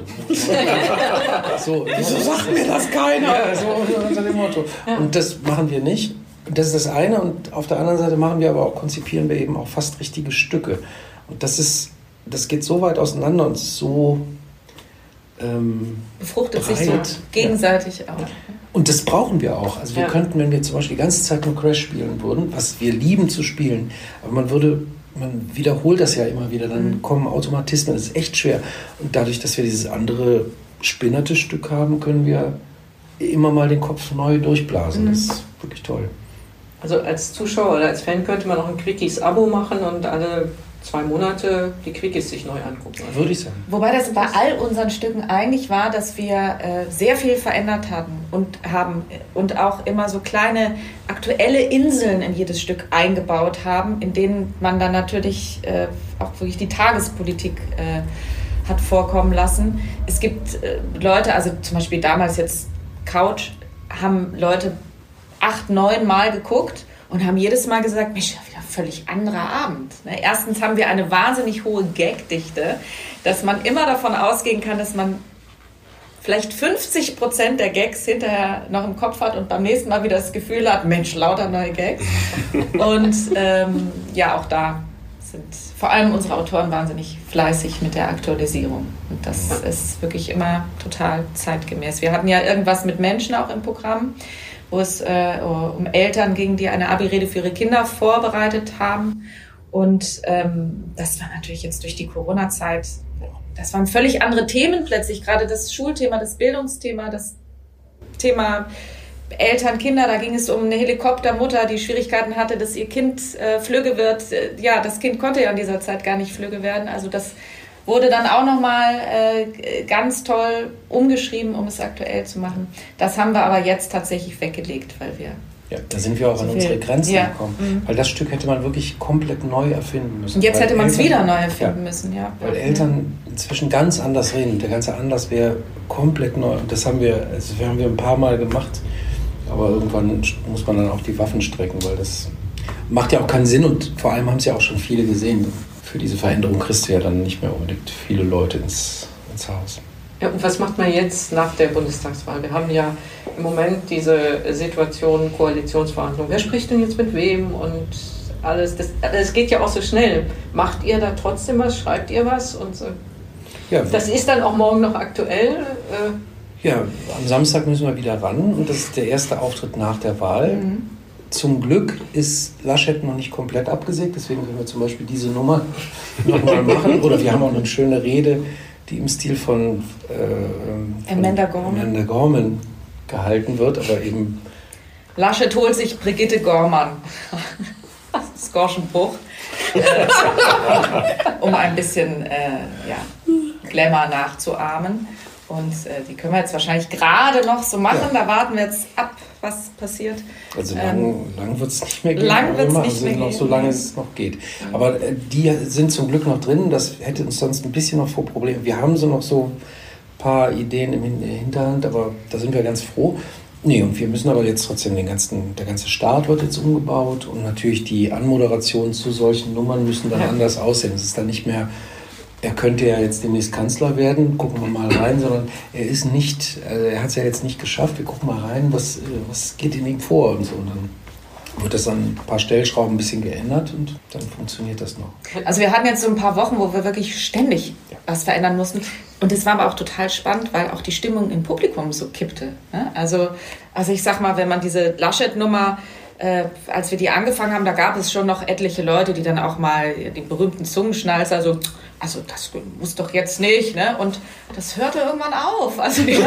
So, wieso sagt mir das keiner? Ja, so unter dem Motto. Ja. Und das machen wir nicht. Und das ist das eine. Und auf der anderen Seite machen wir aber auch, konzipieren wir eben auch fast richtige Stücke. Und das geht so weit auseinander und so befruchtet breit. Sich so gegenseitig auch. Und das brauchen wir auch. Also wir könnten, wenn wir zum Beispiel die ganze Zeit nur Crash spielen würden, was wir lieben zu spielen, aber man wiederholt das ja immer wieder, dann kommen Automatismen, das ist echt schwer. Und dadurch, dass wir dieses andere spinnerte Stück haben, können wir immer mal den Kopf neu durchblasen. Das ist wirklich toll. Also als Zuschauer oder als Fan könnte man auch ein Quickies-Abo machen und alle 2 Monate die Quickies sich neu angucken. Würde ich sagen. Wobei das bei all unseren Stücken eigentlich war, dass wir sehr viel verändert haben und auch immer so kleine aktuelle Inseln in jedes Stück eingebaut haben, in denen man dann natürlich auch wirklich die Tagespolitik hat vorkommen lassen. Es gibt Leute, also zum Beispiel damals jetzt Couch, haben Leute 8, 9 Mal geguckt und haben jedes Mal gesagt, Mensch, wieder ein völlig anderer Abend. Erstens haben wir eine wahnsinnig hohe Gagdichte, dass man immer davon ausgehen kann, dass man vielleicht 50% der Gags hinterher noch im Kopf hat und beim nächsten Mal wieder das Gefühl hat, Mensch, lauter neue Gags. Und auch da sind vor allem unsere Autoren wahnsinnig fleißig mit der Aktualisierung. Und das ist wirklich immer total zeitgemäß. Wir hatten ja irgendwas mit Menschen auch im Programm, wo es um Eltern ging, die eine Abi-Rede für ihre Kinder vorbereitet haben. Und das war natürlich jetzt durch die Corona-Zeit, das waren völlig andere Themen plötzlich, gerade das Schulthema, das Bildungsthema, das Thema Eltern, Kinder, da ging es um eine Helikoptermutter, die Schwierigkeiten hatte, dass ihr Kind Flügge wird. Ja, das Kind konnte ja in dieser Zeit gar nicht Flügge werden. Also das wurde dann auch nochmal ganz toll umgeschrieben, um es aktuell zu machen. Das haben wir aber jetzt tatsächlich weggelegt, weil wir... Ja, da sind wir auch an unsere Grenzen gekommen. Weil das Stück hätte man wirklich komplett neu erfinden müssen. Und jetzt hätte man es wieder neu erfinden müssen, ja. Weil Eltern inzwischen ganz anders reden. Der ganze Anlass wäre komplett neu. Und das haben wir ein paar Mal gemacht. Aber irgendwann muss man dann auch die Waffen strecken, weil das macht ja auch keinen Sinn. Und vor allem haben es ja auch schon viele gesehen. Für diese Veränderung kriegst du ja dann nicht mehr unbedingt viele Leute ins Haus. Ja, und was macht man jetzt nach der Bundestagswahl? Wir haben ja im Moment diese Situation Koalitionsverhandlungen. Wer spricht denn jetzt mit wem und alles? Das geht ja auch so schnell. Macht ihr da trotzdem was? Schreibt ihr was? Und so? Ja, Das ist dann auch morgen noch aktuell. Ja, am Samstag müssen wir wieder ran und das ist der erste Auftritt nach der Wahl. Zum Glück ist Laschet noch nicht komplett abgesägt, deswegen können wir zum Beispiel diese Nummer nochmal machen. Oder wir haben auch eine schöne Rede, die im Stil von Amanda Gorman gehalten wird, aber eben... Laschet holt sich Brigitte Gorman. Skorschenbruch. Um ein bisschen Glamour nachzuahmen. Und die können wir jetzt wahrscheinlich gerade noch so machen. Ja. Da warten wir jetzt ab, was passiert. Also lang wird es nicht mehr gehen. Lang wird es nicht mehr gehen. So lange es noch geht. Aber die sind zum Glück noch drin. Das hätte uns sonst ein bisschen noch vor Problemen. Wir haben so noch so ein paar Ideen in der Hinterhand, aber da sind wir ganz froh. Nee, und wir müssen aber jetzt trotzdem der ganze Start wird jetzt umgebaut und natürlich die Anmoderationen zu solchen Nummern müssen dann anders aussehen. Es ist dann nicht mehr, er könnte ja jetzt demnächst Kanzler werden, gucken wir mal rein, sondern er hat es ja jetzt nicht geschafft, wir gucken mal rein, was geht in ihm vor und so. Und dann wird das an ein paar Stellschrauben ein bisschen geändert und dann funktioniert das noch. Also wir hatten jetzt so ein paar Wochen, wo wir wirklich ständig was verändern mussten. Und es war aber auch total spannend, weil auch die Stimmung im Publikum so kippte. Also ich sag mal, wenn man diese Laschet-Nummer, als wir die angefangen haben, da gab es schon noch etliche Leute, die dann auch mal den berühmten Zungenschnalzer so, also das muss doch jetzt nicht, ne? Und das hörte irgendwann auf. Also und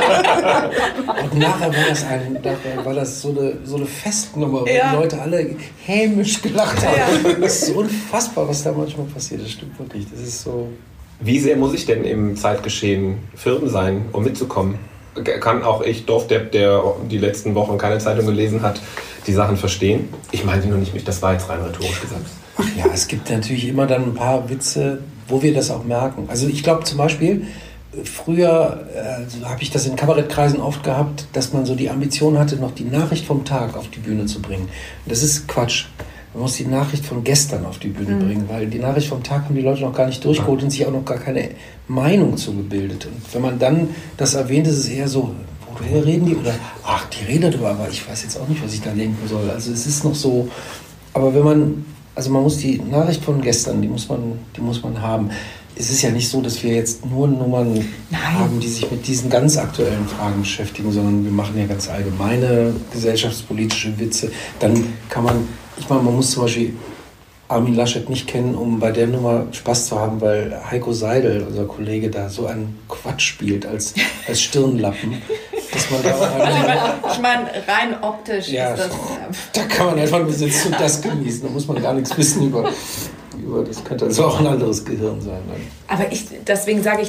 nachher war das so eine Festnummer, weil die Leute alle hämisch gelacht haben. Ja. Das ist so unfassbar, was da manchmal passiert. Das stimmt wirklich. Das ist so. Wie sehr muss ich denn im Zeitgeschehen firm sein, um mitzukommen? Kann auch ich, der die letzten Wochen keine Zeitung gelesen hat, die Sachen verstehen? Ich meine nur nicht mich, das war jetzt rein rhetorisch gesagt. Ach ja, es gibt natürlich immer dann ein paar Witze, wo wir das auch merken. Also ich glaube zum Beispiel, früher habe ich das in Kabarettkreisen oft gehabt, dass man so die Ambition hatte, noch die Nachricht vom Tag auf die Bühne zu bringen. Das ist Quatsch. Man muss die Nachricht von gestern auf die Bühne bringen, weil die Nachricht vom Tag haben die Leute noch gar nicht durchgeholt und sich auch noch gar keine Meinung zu gebildet. Und wenn man dann das erwähnt, ist es eher so, woher reden die? Oder, ach, die reden darüber, aber ich weiß jetzt auch nicht, was ich da denken soll. Also es ist noch so, aber man muss die Nachricht von gestern, die muss man haben. Es ist ja nicht so, dass wir jetzt nur Nummern haben, die sich mit diesen ganz aktuellen Fragen beschäftigen, sondern wir machen ja ganz allgemeine gesellschaftspolitische Witze. Dann kann man muss zum Beispiel Armin Laschet nicht kennen, um bei der Nummer Spaß zu haben, weil Heiko Seidel, unser Kollege, da so einen Quatsch spielt als Stirnlappen. Dass man da ich meine, rein optisch ist das... Da kann man einfach nur sitzen und das genießen. Da muss man gar nichts wissen über das könnte also auch ein anderes Gehirn sein. Aber deswegen sage ich,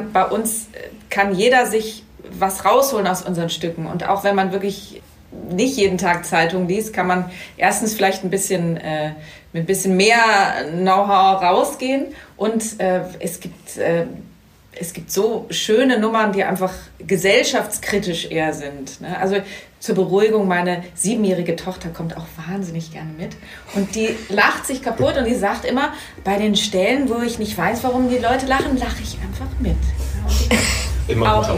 kann jeder sich was rausholen aus unseren Stücken. Und auch wenn man wirklich nicht jeden Tag Zeitung liest, kann man erstens vielleicht mit ein bisschen mehr Know-how rausgehen. Und es gibt so schöne Nummern, die einfach gesellschaftskritisch eher sind. Ne? Also zur Beruhigung, meine 7-jährige Tochter kommt auch wahnsinnig gerne mit. Und die lacht sich kaputt und die sagt immer, bei den Stellen, wo ich nicht weiß, warum die Leute lachen, lache ich einfach mit. Immer unter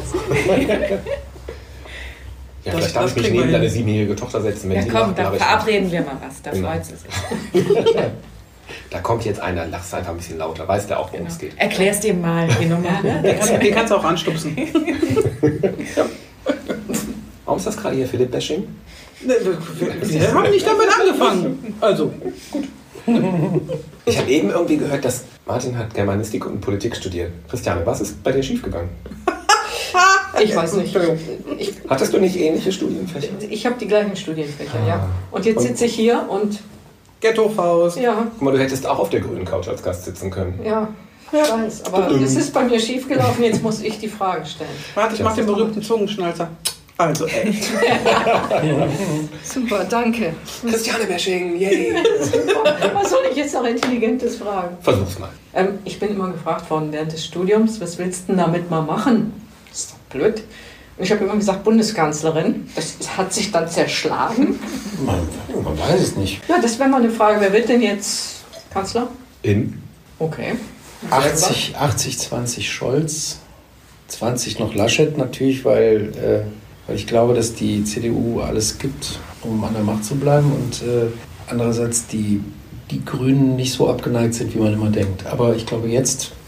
Ja, vielleicht darf ich mich neben deine 7-jährige Tochter setzen, wenn sie komm, da verabreden wir mal was, da freut sie sich. Da kommt jetzt einer, lachst einfach ein bisschen lauter, weiß der auch, worum es geht. Erklär's dir mal, die Nummer. Den kannst du auch anstupsen. Ja. Warum ist das gerade hier Philipp-Bashing? Wir haben nicht damit angefangen. Also, gut. Ich habe eben irgendwie gehört, dass Martin hat Germanistik und Politik studiert. Christiane, was ist bei dir schiefgegangen? Ich weiß nicht. Hattest du nicht ähnliche Studienfächer? Ich habe die gleichen Studienfächer, ja. Und jetzt sitze ich hier und... Ghetto-Faust. Ja. Guck mal, du hättest auch auf der grünen Couch als Gast sitzen können. Ja, ich weiß. Aber es ist bei mir schiefgelaufen, jetzt muss ich die Frage stellen. Warte, ich mache den berühmten Zungenschnalzer. Also, ey. Super, danke. Christiane-Bashing, yay. Was soll ich jetzt noch Intelligentes fragen? Versuch's mal. Ich bin immer gefragt worden während des Studiums, was willst du denn damit mal machen? Das ist doch blöd. Und ich habe immer gesagt, Bundeskanzlerin. Das hat sich dann zerschlagen. Man weiß es nicht. Ja, das wäre mal eine Frage. Wer wird denn jetzt Kanzler? Okay. 80-20 Scholz, 20 noch Laschet natürlich, weil ich glaube, dass die CDU alles gibt, um an der Macht zu bleiben und andererseits die Grünen nicht so abgeneigt sind, wie man immer denkt. Aber ich glaube, jetzt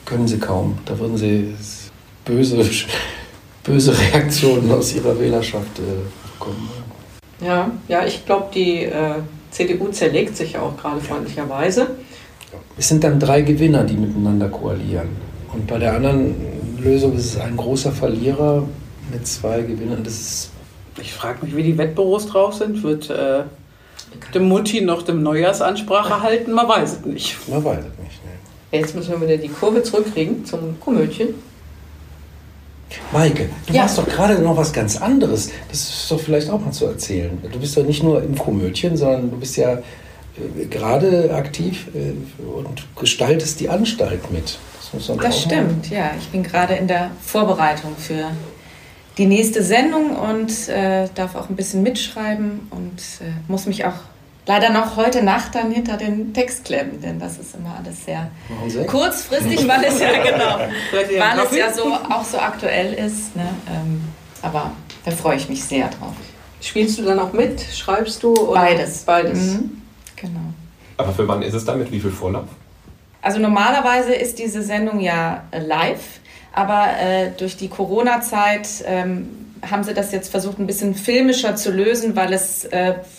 können sie kaum. Da würden sie böse Reaktionen aus ihrer Wählerschaft bekommen. Ja, ich glaube, die CDU zerlegt sich ja auch gerade freundlicherweise. Es sind dann 3 Gewinner, die miteinander koalieren. Und bei der anderen Lösung ist es ein großer Verlierer mit 2 Gewinnern. Ich frage mich, wie die Wettbüros drauf sind. Wird der Mutti noch dem Neujahrsansprache halten? Man weiß es nicht. Man weiß es nicht. Ne. Jetzt müssen wir wieder die Kurve zurückkriegen zum Komödchen. Maike, du machst doch gerade noch was ganz anderes. Das ist doch vielleicht auch mal zu erzählen. Du bist doch nicht nur im Komödchen, sondern du bist ja gerade aktiv und gestaltest die Anstalt mit. Das stimmt, ja. Ich bin gerade in der Vorbereitung für die nächste Sendung und darf auch ein bisschen mitschreiben und muss mich auch leider noch heute Nacht dann hinter den Text klemmen, denn das ist immer alles sehr kurzfristig, weil es ja auch so aktuell ist. Ne? Aber da freue ich mich sehr drauf. Spielst du dann auch mit? Schreibst du? Oder? Beides. Mhm. Genau. Aber für wann ist es damit? Wie viel Vorlauf? Also normalerweise ist diese Sendung ja live, aber durch die Corona-Zeit haben sie das jetzt versucht, ein bisschen filmischer zu lösen, weil es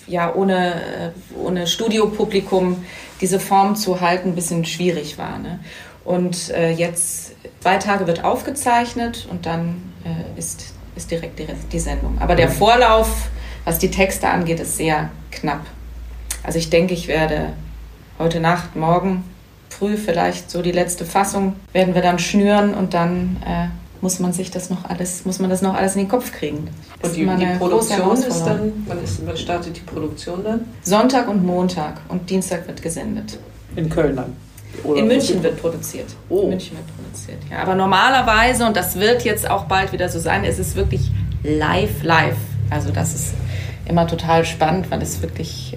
ohne Studiopublikum diese Form zu halten ein bisschen schwierig war. Ne? Und jetzt 2 Tage wird aufgezeichnet und dann ist direkt die Sendung. Aber der Vorlauf, was die Texte angeht, ist sehr knapp. Also ich denke, ich werde heute Nacht, morgen früh vielleicht so die letzte Fassung werden wir dann schnüren und dann muss man das noch alles in den Kopf kriegen. Und die Produktion ist dann, wann startet die Produktion dann? Sonntag und Montag und Dienstag wird gesendet. In Köln dann? In München wird produziert. Oh. In München wird produziert, ja. Aber normalerweise, und das wird jetzt auch bald wieder so sein, ist es wirklich live. Also das ist immer total spannend, weil es wirklich,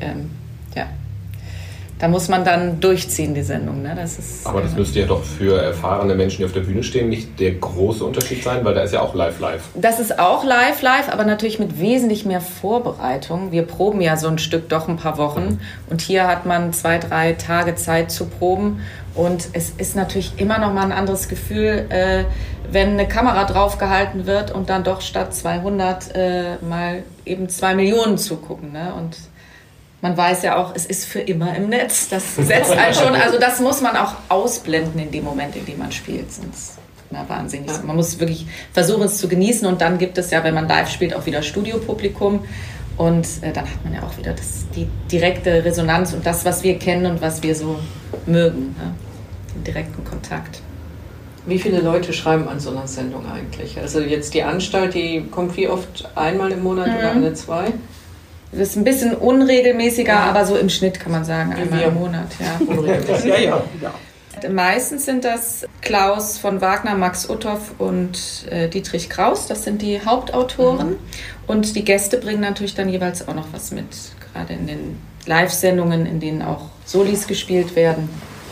da muss man dann durchziehen, die Sendung. Ne? Aber das müsste ja doch für erfahrene Menschen, die auf der Bühne stehen, nicht der große Unterschied sein, weil da ist ja auch live. Das ist auch live, aber natürlich mit wesentlich mehr Vorbereitung. Wir proben ja so ein Stück doch ein paar Wochen und hier hat man 2-3 Tage Zeit zu proben und es ist natürlich immer noch mal ein anderes Gefühl, wenn eine Kamera draufgehalten wird und dann doch statt 200 mal eben 2 Millionen zugucken. Ne? Und man weiß ja auch, es ist für immer im Netz. Das setzt einen schon, also das muss man auch ausblenden in dem Moment, in dem man spielt. Sonst wahnsinnig. Ja. Man muss wirklich versuchen, es zu genießen und dann gibt es ja, wenn man live spielt, auch wieder Studiopublikum und dann hat man ja auch wieder die direkte Resonanz und das, was wir kennen und was wir so mögen. Ne? Den direkten Kontakt. Wie viele Leute schreiben an so einer Sendung eigentlich? Also jetzt die Anstalt, die kommt wie oft? Einmal im Monat oder alle 2? Das ist ein bisschen unregelmäßiger, aber so im Schnitt kann man sagen, einmal im Monat. Ja. Ja. Meistens sind das Klaus von Wagner, Max Uthoff und Dietrich Kraus. Das sind die Hauptautoren. Und die Gäste bringen natürlich dann jeweils auch noch was mit. Gerade in den Live-Sendungen, in denen auch Solis gespielt werden.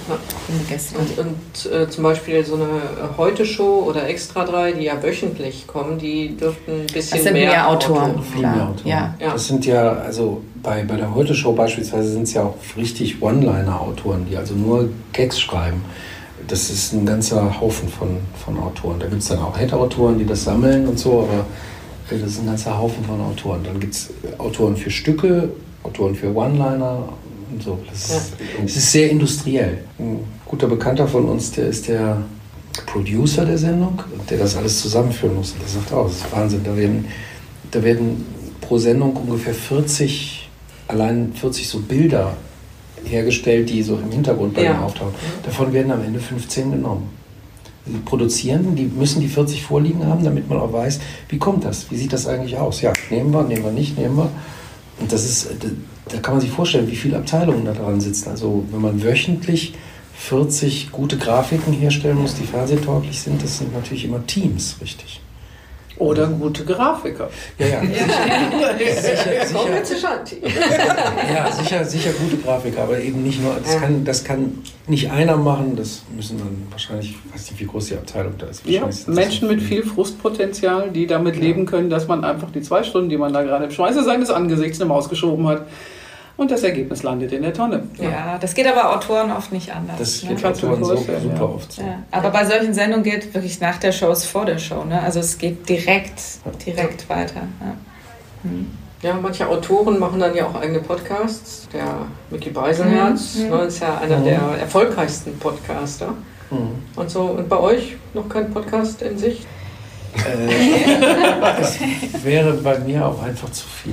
Und zum Beispiel so eine Heute-Show oder Extra 3, die ja wöchentlich kommen, die dürften ein bisschen das sind mehr Autoren. Klar. Ja. Das sind ja, also bei der Heute-Show beispielsweise sind es ja auch richtig One-Liner-Autoren, die also nur Gags schreiben. Das ist ein ganzer Haufen von Autoren. Da gibt es dann auch Head-Autoren, die das sammeln und so, aber das ist ein ganzer Haufen von Autoren. Dann gibt es Autoren für Stücke, Autoren für One-Liner und so. Es ist sehr industriell. Ein guter Bekannter von uns, der ist der Producer der Sendung, der das alles zusammenführen muss. Und der sagt auch, das ist Wahnsinn. Da werden pro Sendung ungefähr 40 so Bilder hergestellt, die so im Hintergrund bei mir auftauchen. Davon werden am Ende 15 genommen. Die produzieren, die müssen die 40 vorliegen haben, damit man auch weiß, wie kommt das? Wie sieht das eigentlich aus? Ja, nehmen wir nicht, nehmen wir. Und das ist, da kann man sich vorstellen, wie viele Abteilungen da dran sitzen. Also wenn man wöchentlich 40 gute Grafiken herstellen muss, die fernsehtauglich sind, das sind natürlich immer Teams, richtig. Oder gute Grafiker. Ja. Sicher gute Grafiker, aber eben nicht nur, das kann nicht einer machen, das müssen dann wahrscheinlich, ich weiß nicht, wie groß die Abteilung da ist. Ja, Menschen mit viel Frustpotenzial, die damit leben können, dass man einfach die 2 Stunden, die man da gerade im Schweiße seines Angesichts in Maus geschoben hat, Und das Ergebnis landet in der Tonne. Ja, das geht aber Autoren oft nicht anders. Das ne? geht Autoren super oft so. Ja. Aber bei solchen Sendungen geht wirklich nach der Show ist vor der Show. Ne? Also es geht direkt weiter. Ja. Ja, manche Autoren machen dann ja auch eigene Podcasts. Der Micky Beisenherz ist ja einer der erfolgreichsten Podcaster. Und so. Und bei euch noch kein Podcast in sich? Das wäre bei mir auch einfach zu viel.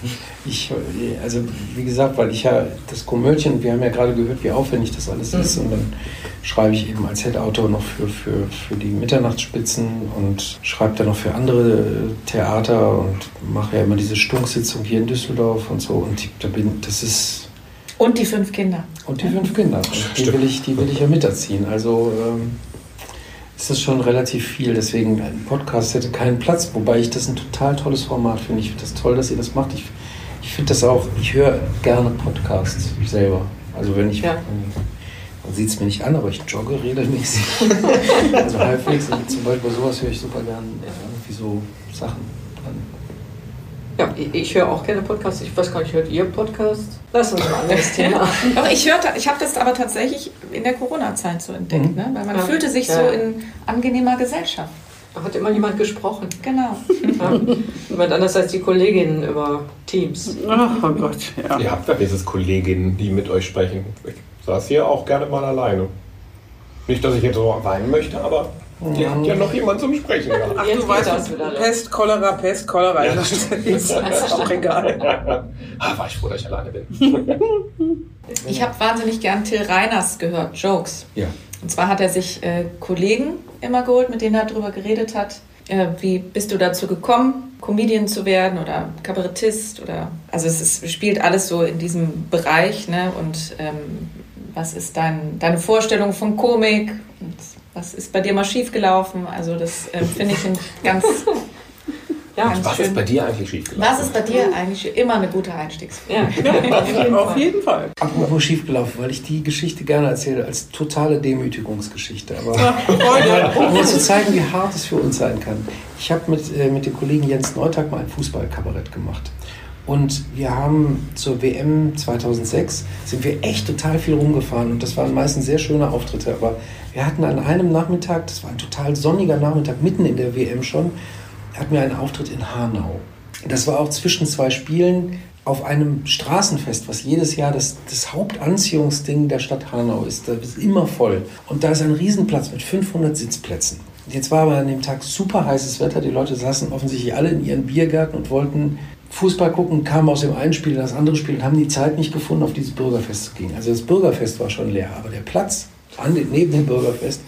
Also wie gesagt, weil ich ja das Komödien, wir haben ja gerade gehört, wie aufwendig das alles ist, und dann schreibe ich eben als Head-Autor noch für die Mitternachtsspitzen und schreibe dann noch für andere Theater und mache ja immer diese Stunksitzung hier in Düsseldorf und so, und das ist... Und die 5 Kinder. Und die 5 Kinder. Die will ich ja miterziehen. Also ist das schon relativ viel. Deswegen, ein Podcast hätte keinen Platz. Wobei ich das ein total tolles Format finde. Ich finde das toll, dass ihr das macht. Ich finde das auch, ich höre gerne Podcasts selber. Also wenn ich, man sieht es mir nicht an, aber ich jogge regelmäßig. Also halbwegs. Und zum Beispiel sowas höre ich super gerne irgendwie so Sachen an. Ja, ich höre auch gerne Podcasts. Ich weiß gar nicht, hört ihr Podcasts? Das ist ein anderes Thema. Aber ich habe das aber tatsächlich in der Corona-Zeit so entdeckt, ne? Weil man fühlte sich so in angenehmer Gesellschaft. Da hat immer jemand gesprochen. Genau. Ja. Jemand anders als die Kolleginnen über Teams. Oh Gott, ja. Ihr habt ja dieses Kolleginnen, die mit euch sprechen. Ich saß hier auch gerne mal alleine. Nicht, dass ich jetzt so weinen möchte, aber ihr habt ja noch jemanden zum Sprechen. Ja. Ach, du weißt, Pest, Cholera. Ja, das ist auch egal. War ich froh, dass ich alleine bin. Ich habe wahnsinnig gern Till Reiners gehört, Jokes. Ja. Und zwar hat er sich Kollegen immer geholt, mit denen er darüber geredet hat. Wie bist du dazu gekommen, Comedian zu werden oder Kabarettist? Also spielt alles so in diesem Bereich. Ne? Und was ist deine Vorstellung von Komik? Und was ist bei dir mal schiefgelaufen? Also das finde ich ein ganz... Was ist bei dir eigentlich schiefgelaufen? Was ist bei dir eigentlich immer eine gute Einstiegsfrage? Ja, auf jeden Fall. Apropos schiefgelaufen, weil ich die Geschichte gerne erzähle als totale Demütigungsgeschichte. Aber um mal zu zeigen, wie hart es für uns sein kann. Ich habe mit dem Kollegen Jens Neutag mal ein Fußballkabarett gemacht. Und wir haben zur WM 2006 sind wir echt total viel rumgefahren. Und das waren meistens sehr schöne Auftritte. Aber wir hatten an einem Nachmittag, das war ein total sonniger Nachmittag, mitten in der WM schon, hatten wir einen Auftritt in Hanau. Das war auch zwischen 2 Spielen auf einem Straßenfest, was jedes Jahr das Hauptanziehungsding der Stadt Hanau ist. Das ist immer voll. Und da ist ein Riesenplatz mit 500 Sitzplätzen. Jetzt war aber an dem Tag super heißes Wetter. Die Leute saßen offensichtlich alle in ihren Biergärten und wollten Fußball gucken, kamen aus dem einen Spiel in das andere Spiel und haben die Zeit nicht gefunden, auf dieses Bürgerfest zu gehen. Also das Bürgerfest war schon leer, aber der Platz neben dem Bürgerfest,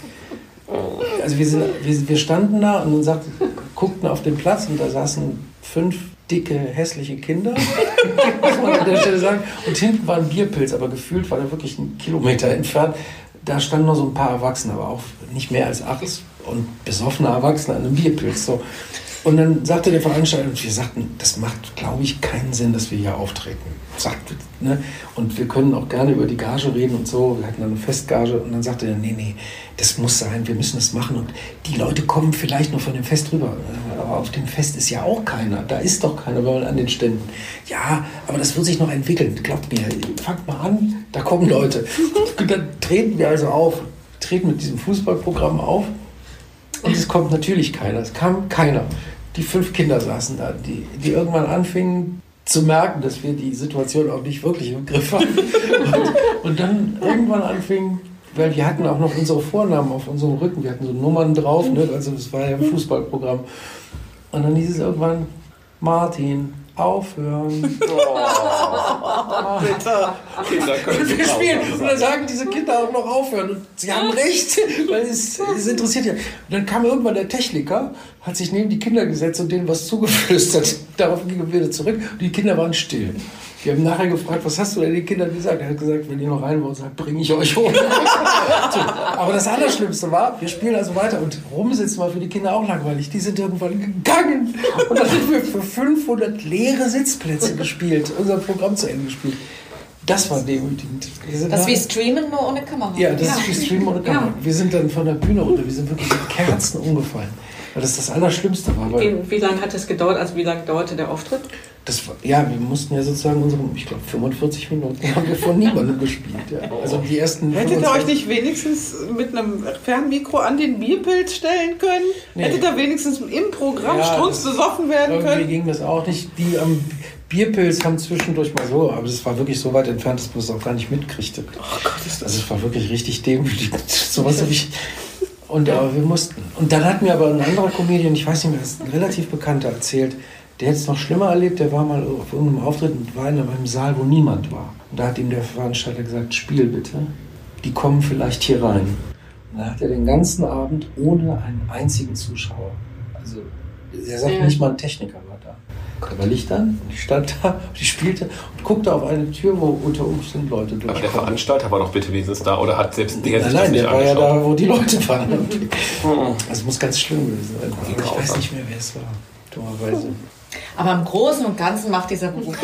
also wir standen da und dann guckten auf den Platz und da saßen 5 dicke, hässliche Kinder, muss man an der Stelle sagen. Und hinten war ein Bierpilz, aber gefühlt war der wirklich 1 Kilometer entfernt. Da standen noch so ein paar Erwachsene, aber auch nicht mehr als 8 und besoffene Erwachsene an einem Bierpilz. So. Und dann sagte der Veranstalter, und wir sagten, das macht, glaube ich, keinen Sinn, dass wir hier auftreten. Ne? Und wir können auch gerne über die Gage reden und so. Wir hatten dann eine Festgage und dann sagte er, nee, das muss sein, wir müssen das machen. Und die Leute kommen vielleicht noch von dem Fest rüber. Aber auf dem Fest ist ja auch keiner. Da ist doch keiner an den Ständen. Ja, aber das wird sich noch entwickeln. Glaubt mir, fangt mal an, da kommen Leute. Und dann treten wir also auf, treten mit diesem Fußballprogramm auf. Und es kommt natürlich keiner. Es kam keiner. Die 5 Kinder saßen da, die irgendwann anfingen zu merken, dass wir die Situation auch nicht wirklich im Griff hatten. Und dann irgendwann anfingen, weil wir hatten auch noch unsere Vornamen auf unserem Rücken, wir hatten so Nummern drauf, ne? Also das war ja ein Fußballprogramm. Und dann hieß es irgendwann, Martin, aufhören. Bitte. Kinder können Wir spielen und dann sagen diese Kinder auch noch aufhören. Und sie haben recht, weil es interessiert ja. Und dann kam irgendwann der Techniker, hat sich neben die Kinder gesetzt und denen was zugeflüstert. Darauf ging er wieder zurück und die Kinder waren still. Wir haben nachher gefragt, was hast du denn den Kindern gesagt? Er hat gesagt, wenn ihr noch rein wollt, sagt, bringe ich euch hoch. So, aber das Allerschlimmste war, wir spielen also weiter und rumsitzen war für die Kinder auch langweilig. Die sind irgendwann gegangen und dann haben wir für 500 leere Sitzplätze gespielt, unser Programm zu Ende gespielt. Das war demütigend. Das ist wie Streamen, nur ohne Kamera. Ja, das ist wie Streamen ohne Kamera. Wir sind dann von der Bühne runter, wir sind wirklich in Kerzen umgefallen. Weil das Allerschlimmste war. Weil Wie lange hat das gedauert? Also wie lange dauerte der Auftritt? Wir mussten ja sozusagen ich glaube 45 Minuten haben wir von niemandem gespielt. Ja. Also die ersten. Hättet ihr euch nicht wenigstens mit einem Fernmikro an den Bierpilz stellen können? Nee. Hättet ihr wenigstens im Programm strunzbesoffen werden können? Irgendwie ging das auch nicht. Die am Bierpilz haben zwischendurch mal so, aber das war wirklich so weit entfernt, dass man es auch gar nicht mitkriegte. Oh Gott, ist das... Also es war wirklich richtig demütigend. Sowas habe ich... Aber wir mussten... Und dann hat mir aber ein anderer Comedian, ich weiß nicht mehr, das ist ein relativ Bekannter, erzählt, der hat es noch schlimmer erlebt, der war mal auf irgendeinem Auftritt und war in einem Saal, wo niemand war. Und da hat ihm der Veranstalter gesagt, spiel bitte, die kommen vielleicht hier rein. Und da hat er den ganzen Abend ohne einen einzigen Zuschauer. Also er sagt, nicht mal ein Techniker war da. Da war Licht an, ich stand da, ich spielte und guckte auf eine Tür, wo unter Umständen Leute durchkamen. Aber der Veranstalter war doch bitte wenigstens da, oder hat selbst der sich das nicht der war angeschaut? Ja da, wo die Leute waren. Also muss ganz schlimm gewesen sein. Aber ich weiß nicht mehr, wer es war, dummerweise. Aber im Großen und Ganzen macht dieser Beruf.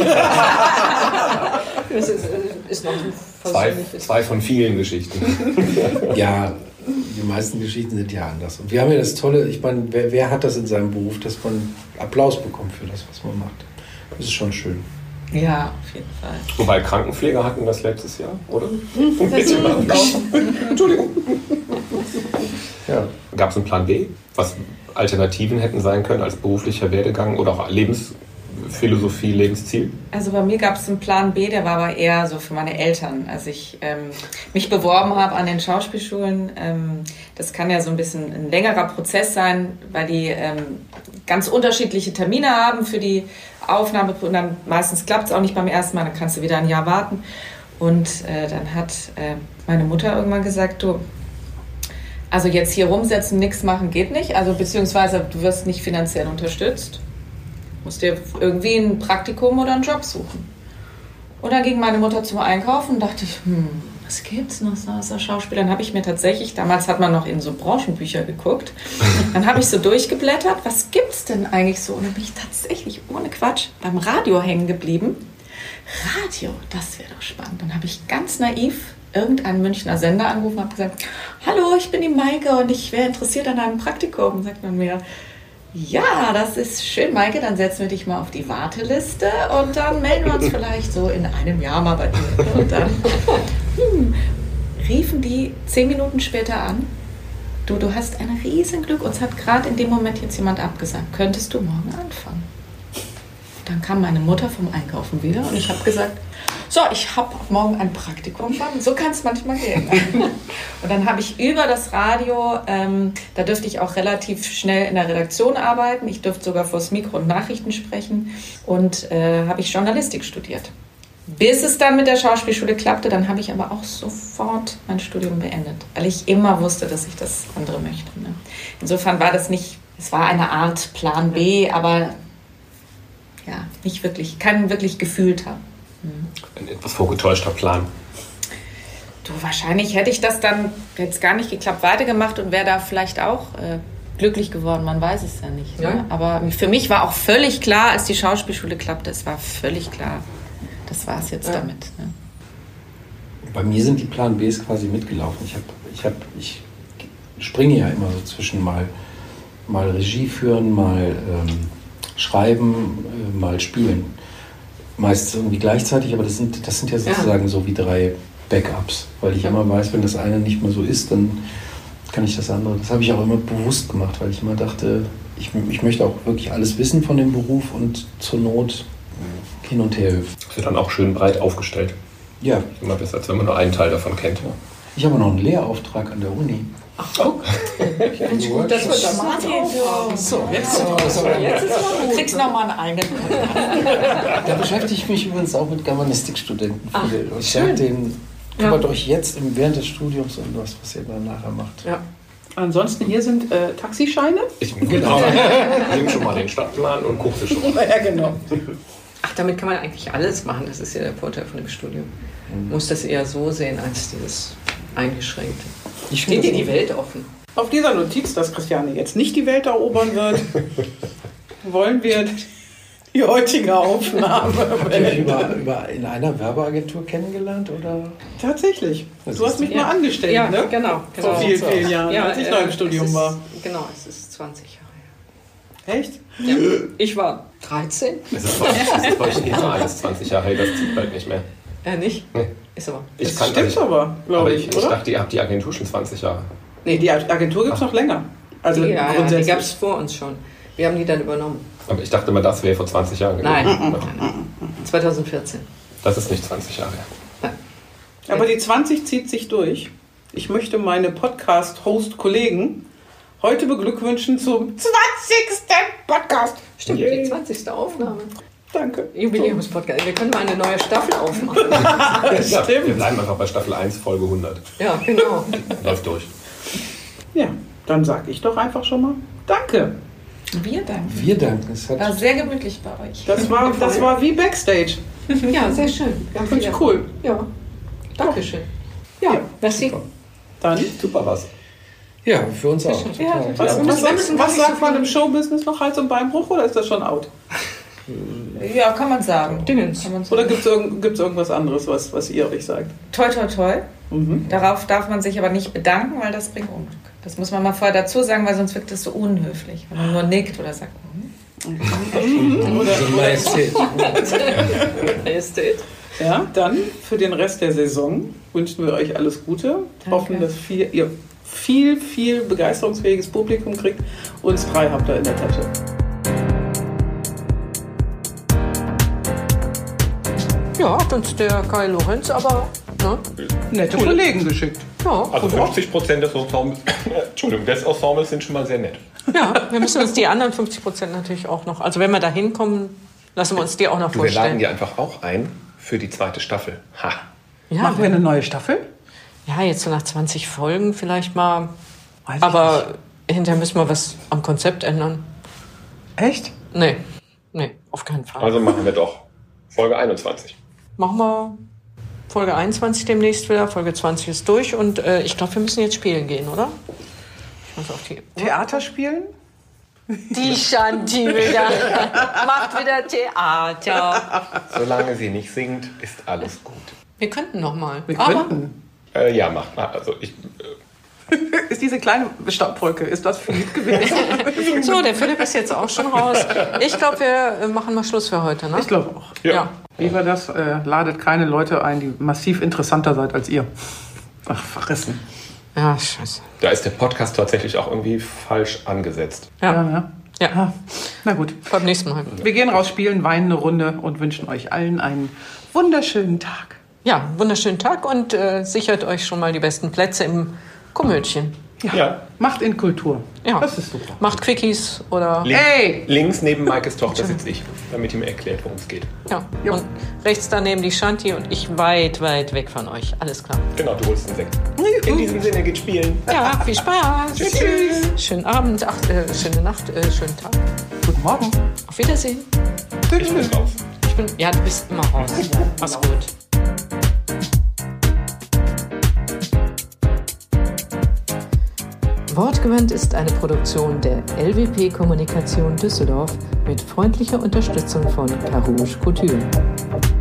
Das ist noch ein Zwei von vielen Geschichten. Ja, die meisten Geschichten sind ja anders. Und wir haben ja das Tolle, ich meine, wer hat das in seinem Beruf, dass man Applaus bekommt für das, was man macht. Das ist schon schön. Ja, auf jeden Fall. Wobei Krankenpfleger hatten das letztes Jahr, oder? Ein bisschen Applaus. Entschuldigung. Ja. Gab es einen Plan B, was Alternativen hätten sein können als beruflicher Werdegang oder auch Lebensphilosophie, Lebensziel? Also bei mir gab es einen Plan B, der war aber eher so für meine Eltern. Als ich mich beworben habe an den Schauspielschulen, das kann ja so ein bisschen ein längerer Prozess sein, weil die ganz unterschiedliche Termine haben für die Aufnahme und dann meistens klappt es auch nicht beim ersten Mal, dann kannst du wieder ein Jahr warten. Und dann hat meine Mutter irgendwann gesagt, du, also jetzt hier rumsetzen, nichts machen geht nicht, also beziehungsweise du wirst nicht finanziell unterstützt. Musst dir irgendwie ein Praktikum oder einen Job suchen. Und dann ging meine Mutter zum Einkaufen und dachte ich, was gibt's noch so als Schauspieler? Dann habe ich mir tatsächlich, damals hat man noch in so Branchenbücher geguckt, dann habe ich so durchgeblättert, was gibt's denn eigentlich so? Und dann bin ich tatsächlich ohne Quatsch beim Radio hängen geblieben. Radio, das wäre doch spannend. Dann habe ich ganz naiv irgendeinen Münchner Sender angerufen und habe gesagt, hallo, ich bin die Maike und ich wäre interessiert an einem Praktikum. Und sagt man mir, ja, das ist schön, Maike, dann setzen wir dich mal auf die Warteliste und dann melden wir uns vielleicht so in einem Jahr mal bei dir. Und dann riefen die 10 Minuten später an, du hast ein Riesenglück, uns hat gerade in dem Moment jetzt jemand abgesagt, könntest du morgen anfangen? Dann kam meine Mutter vom Einkaufen wieder und ich habe gesagt, so, ich habe morgen ein Praktikum. So kann es manchmal gehen. Und dann habe ich über das Radio, da dürfte ich auch relativ schnell in der Redaktion arbeiten. Ich durfte sogar vors Mikro und Nachrichten sprechen und habe ich Journalistik studiert. Bis es dann mit der Schauspielschule klappte, dann habe ich aber auch sofort mein Studium beendet, weil ich immer wusste, dass ich das andere möchte. Ne? Insofern war das nicht, es war eine Art Plan B, aber ja, nicht wirklich, kein wirklich gefühlter. Ein etwas vorgetäuschter Plan. Du, wahrscheinlich hätte ich das dann, hätte es gar nicht geklappt, weitergemacht und wäre da vielleicht auch glücklich geworden. Man weiß es ja nicht. Ja. Ne? Aber für mich war auch völlig klar, als die Schauspielschule klappte, es war völlig klar, das war es jetzt damit. Ne? Bei mir sind die Plan Bs quasi mitgelaufen. Ich springe ja immer so zwischen mal Regie führen, mal schreiben, mal spielen. Meist irgendwie gleichzeitig, aber das sind ja sozusagen so wie 3 Backups, weil ich immer weiß, wenn das eine nicht mehr so ist, dann kann ich das andere. Das habe ich auch immer bewusst gemacht, weil ich immer dachte, ich möchte auch wirklich alles wissen von dem Beruf und zur Not hin und her hüpfen. Das wird dann auch schön breit aufgestellt. Ja. Immer besser, als wenn man nur einen Teil davon kennt. Ich habe noch einen Lehrauftrag an der Uni. Ach, guck. Gut, das wird Martin, So, jetzt du kriegst nochmal einen eigenen. Da beschäftige ich mich übrigens auch mit Germanistikstudenten viel. Und schön. Kümmert euch jetzt während des Studiums um das, was ihr dann nachher macht. Ja. Ansonsten hier sind Taxischeine. Genau. Nimm schon mal den Stadtplan und guck dir schon mal. Ja, genau. Ach, damit kann man eigentlich alles machen. Das ist ja der Vorteil von dem Studium. Man muss das eher so sehen, als dieses Eingeschränkte. Steht dir die Welt offen. Auf dieser Notiz, dass Christiane jetzt nicht die Welt erobern wird, wollen wir die heutige Aufnahme beenden. In einer Werbeagentur kennengelernt, oder? Tatsächlich. Du hast mich mal angestellt, ja, ne? Genau. Vor vielen Jahren, als ich noch im Studium war. Genau, es ist 20 Jahre her. Echt? Ja. Ich war 13. Das ist bei euch immer alles 20 Jahre her, das zieht bald nicht mehr. Nicht? Nee. Ist aber. Ich Das stimmt aber, glaube ich, ich oder? dachte, ihr habt die Agentur schon 20 Jahre. Nee, die Agentur gibt es noch länger. Also Ja, die grundsätzlich. gab es vor uns schon. Wir haben die dann übernommen. Aber ich dachte immer, das wäre vor 20 Jahren gewesen. Nein. 2014. Das ist nicht 20 Jahre her. Aber die 20 zieht sich durch. Ich möchte meine Podcast-Host-Kollegen heute beglückwünschen zum 20. Podcast. Stimmt, die 20. Aufnahme. Danke. Jubiläumspodcast. Wir können mal eine neue Staffel aufmachen. Ja, wir bleiben einfach bei Staffel 1, Folge 100. Ja, genau. Läuft durch. Ja, dann sage ich doch einfach schon mal Danke. Wir danken. Wir danken. Es War hat sehr gemütlich bei euch. Das war wie Backstage. Ja, sehr schön. Ganz Finde ich cool. Ja. Dankeschön. Ja, merci. Dann, Super was. ja, für uns auch. Ja, Total. was sagt man im Showbusiness noch, Hals- und Beinbruch, oder ist das schon out? Ja, kann man sagen. Dingens. Kann man sagen. Oder gibt's irgendwas anderes, was ihr euch sagt? Toi, toi, toi. Mhm. Darauf darf man sich aber nicht bedanken, weil das bringt Unglück. Das muss man mal vorher dazu sagen, weil sonst wirkt es so unhöflich, wenn man nur nickt oder sagt. So Majestät. Majestät. Ja, dann für den Rest der Saison wünschen wir euch alles Gute. Danke. Hoffen, dass ihr viel begeisterungsfähiges Publikum kriegt. Uns 3 habt ihr in der Tasche. Ja, hat uns der Kai Lorenz aber, ne? Nette Kollegen geschickt. Ja, Also 50% des Ensembles, des Ensembles sind schon mal sehr nett. ja, wir müssen uns die anderen 50% natürlich auch noch, also wenn wir da hinkommen, lassen wir uns die auch noch Wir laden vorstellen. die einfach auch ein für die zweite Staffel. Ha. Ja, Machen wir eine neue Staffel? ja, jetzt so nach 20 Folgen vielleicht mal, Weiß ich aber hinterher müssen wir was am Konzept ändern. Echt? Nee, auf keinen Fall. Also machen wir doch Folge 21. Machen wir Folge 21 demnächst wieder, Folge 20 ist durch und ich glaube, wir müssen jetzt spielen gehen, oder? Ich muss auf die Theater spielen? Die Shanti wieder. Macht wieder Theater. Solange sie nicht singt, ist alles gut. Wir könnten noch mal. Wir könnten. Ja, macht mal. Also ich, Ist diese kleine Staubbrücke, ist das Philipp gewesen? So, der Philipp ist jetzt auch schon raus. Ich glaube, wir machen mal Schluss für heute, ne? Ich glaube auch. Ja. Wie war das? Ladet keine Leute ein, die massiv interessanter seid als ihr. Ach, verrissen. Ja, scheiße. da ist der Podcast tatsächlich auch irgendwie falsch angesetzt. Ja. Ja. Ah, na gut. Beim nächsten Mal. Wir gehen raus, spielen, weinen eine Runde und wünschen euch allen einen wunderschönen Tag. Ja, wunderschönen Tag und sichert euch schon mal die besten Plätze im Komödchen. Ja. Macht in Kultur. Ja. Das ist super. Macht Quickies oder... Ey! Links neben Maikes Tochter sitze ich, damit ihm erklärt, worum es geht. Ja. Jo. Und rechts daneben die Shanti und ich weit weg von euch. Alles klar. Genau, du holst den Sekt. In diesem Sinne, geht spielen. Ja, viel Spaß. Tschüss. Schönen Abend, schöne Nacht, schönen Tag. Guten Morgen. Auf Wiedersehen. Ich bin raus. Ja, du bist immer raus. Mach's gut. Wortgewandt ist eine Produktion der LWP Kommunikation Düsseldorf mit freundlicher Unterstützung von Carouge Couture.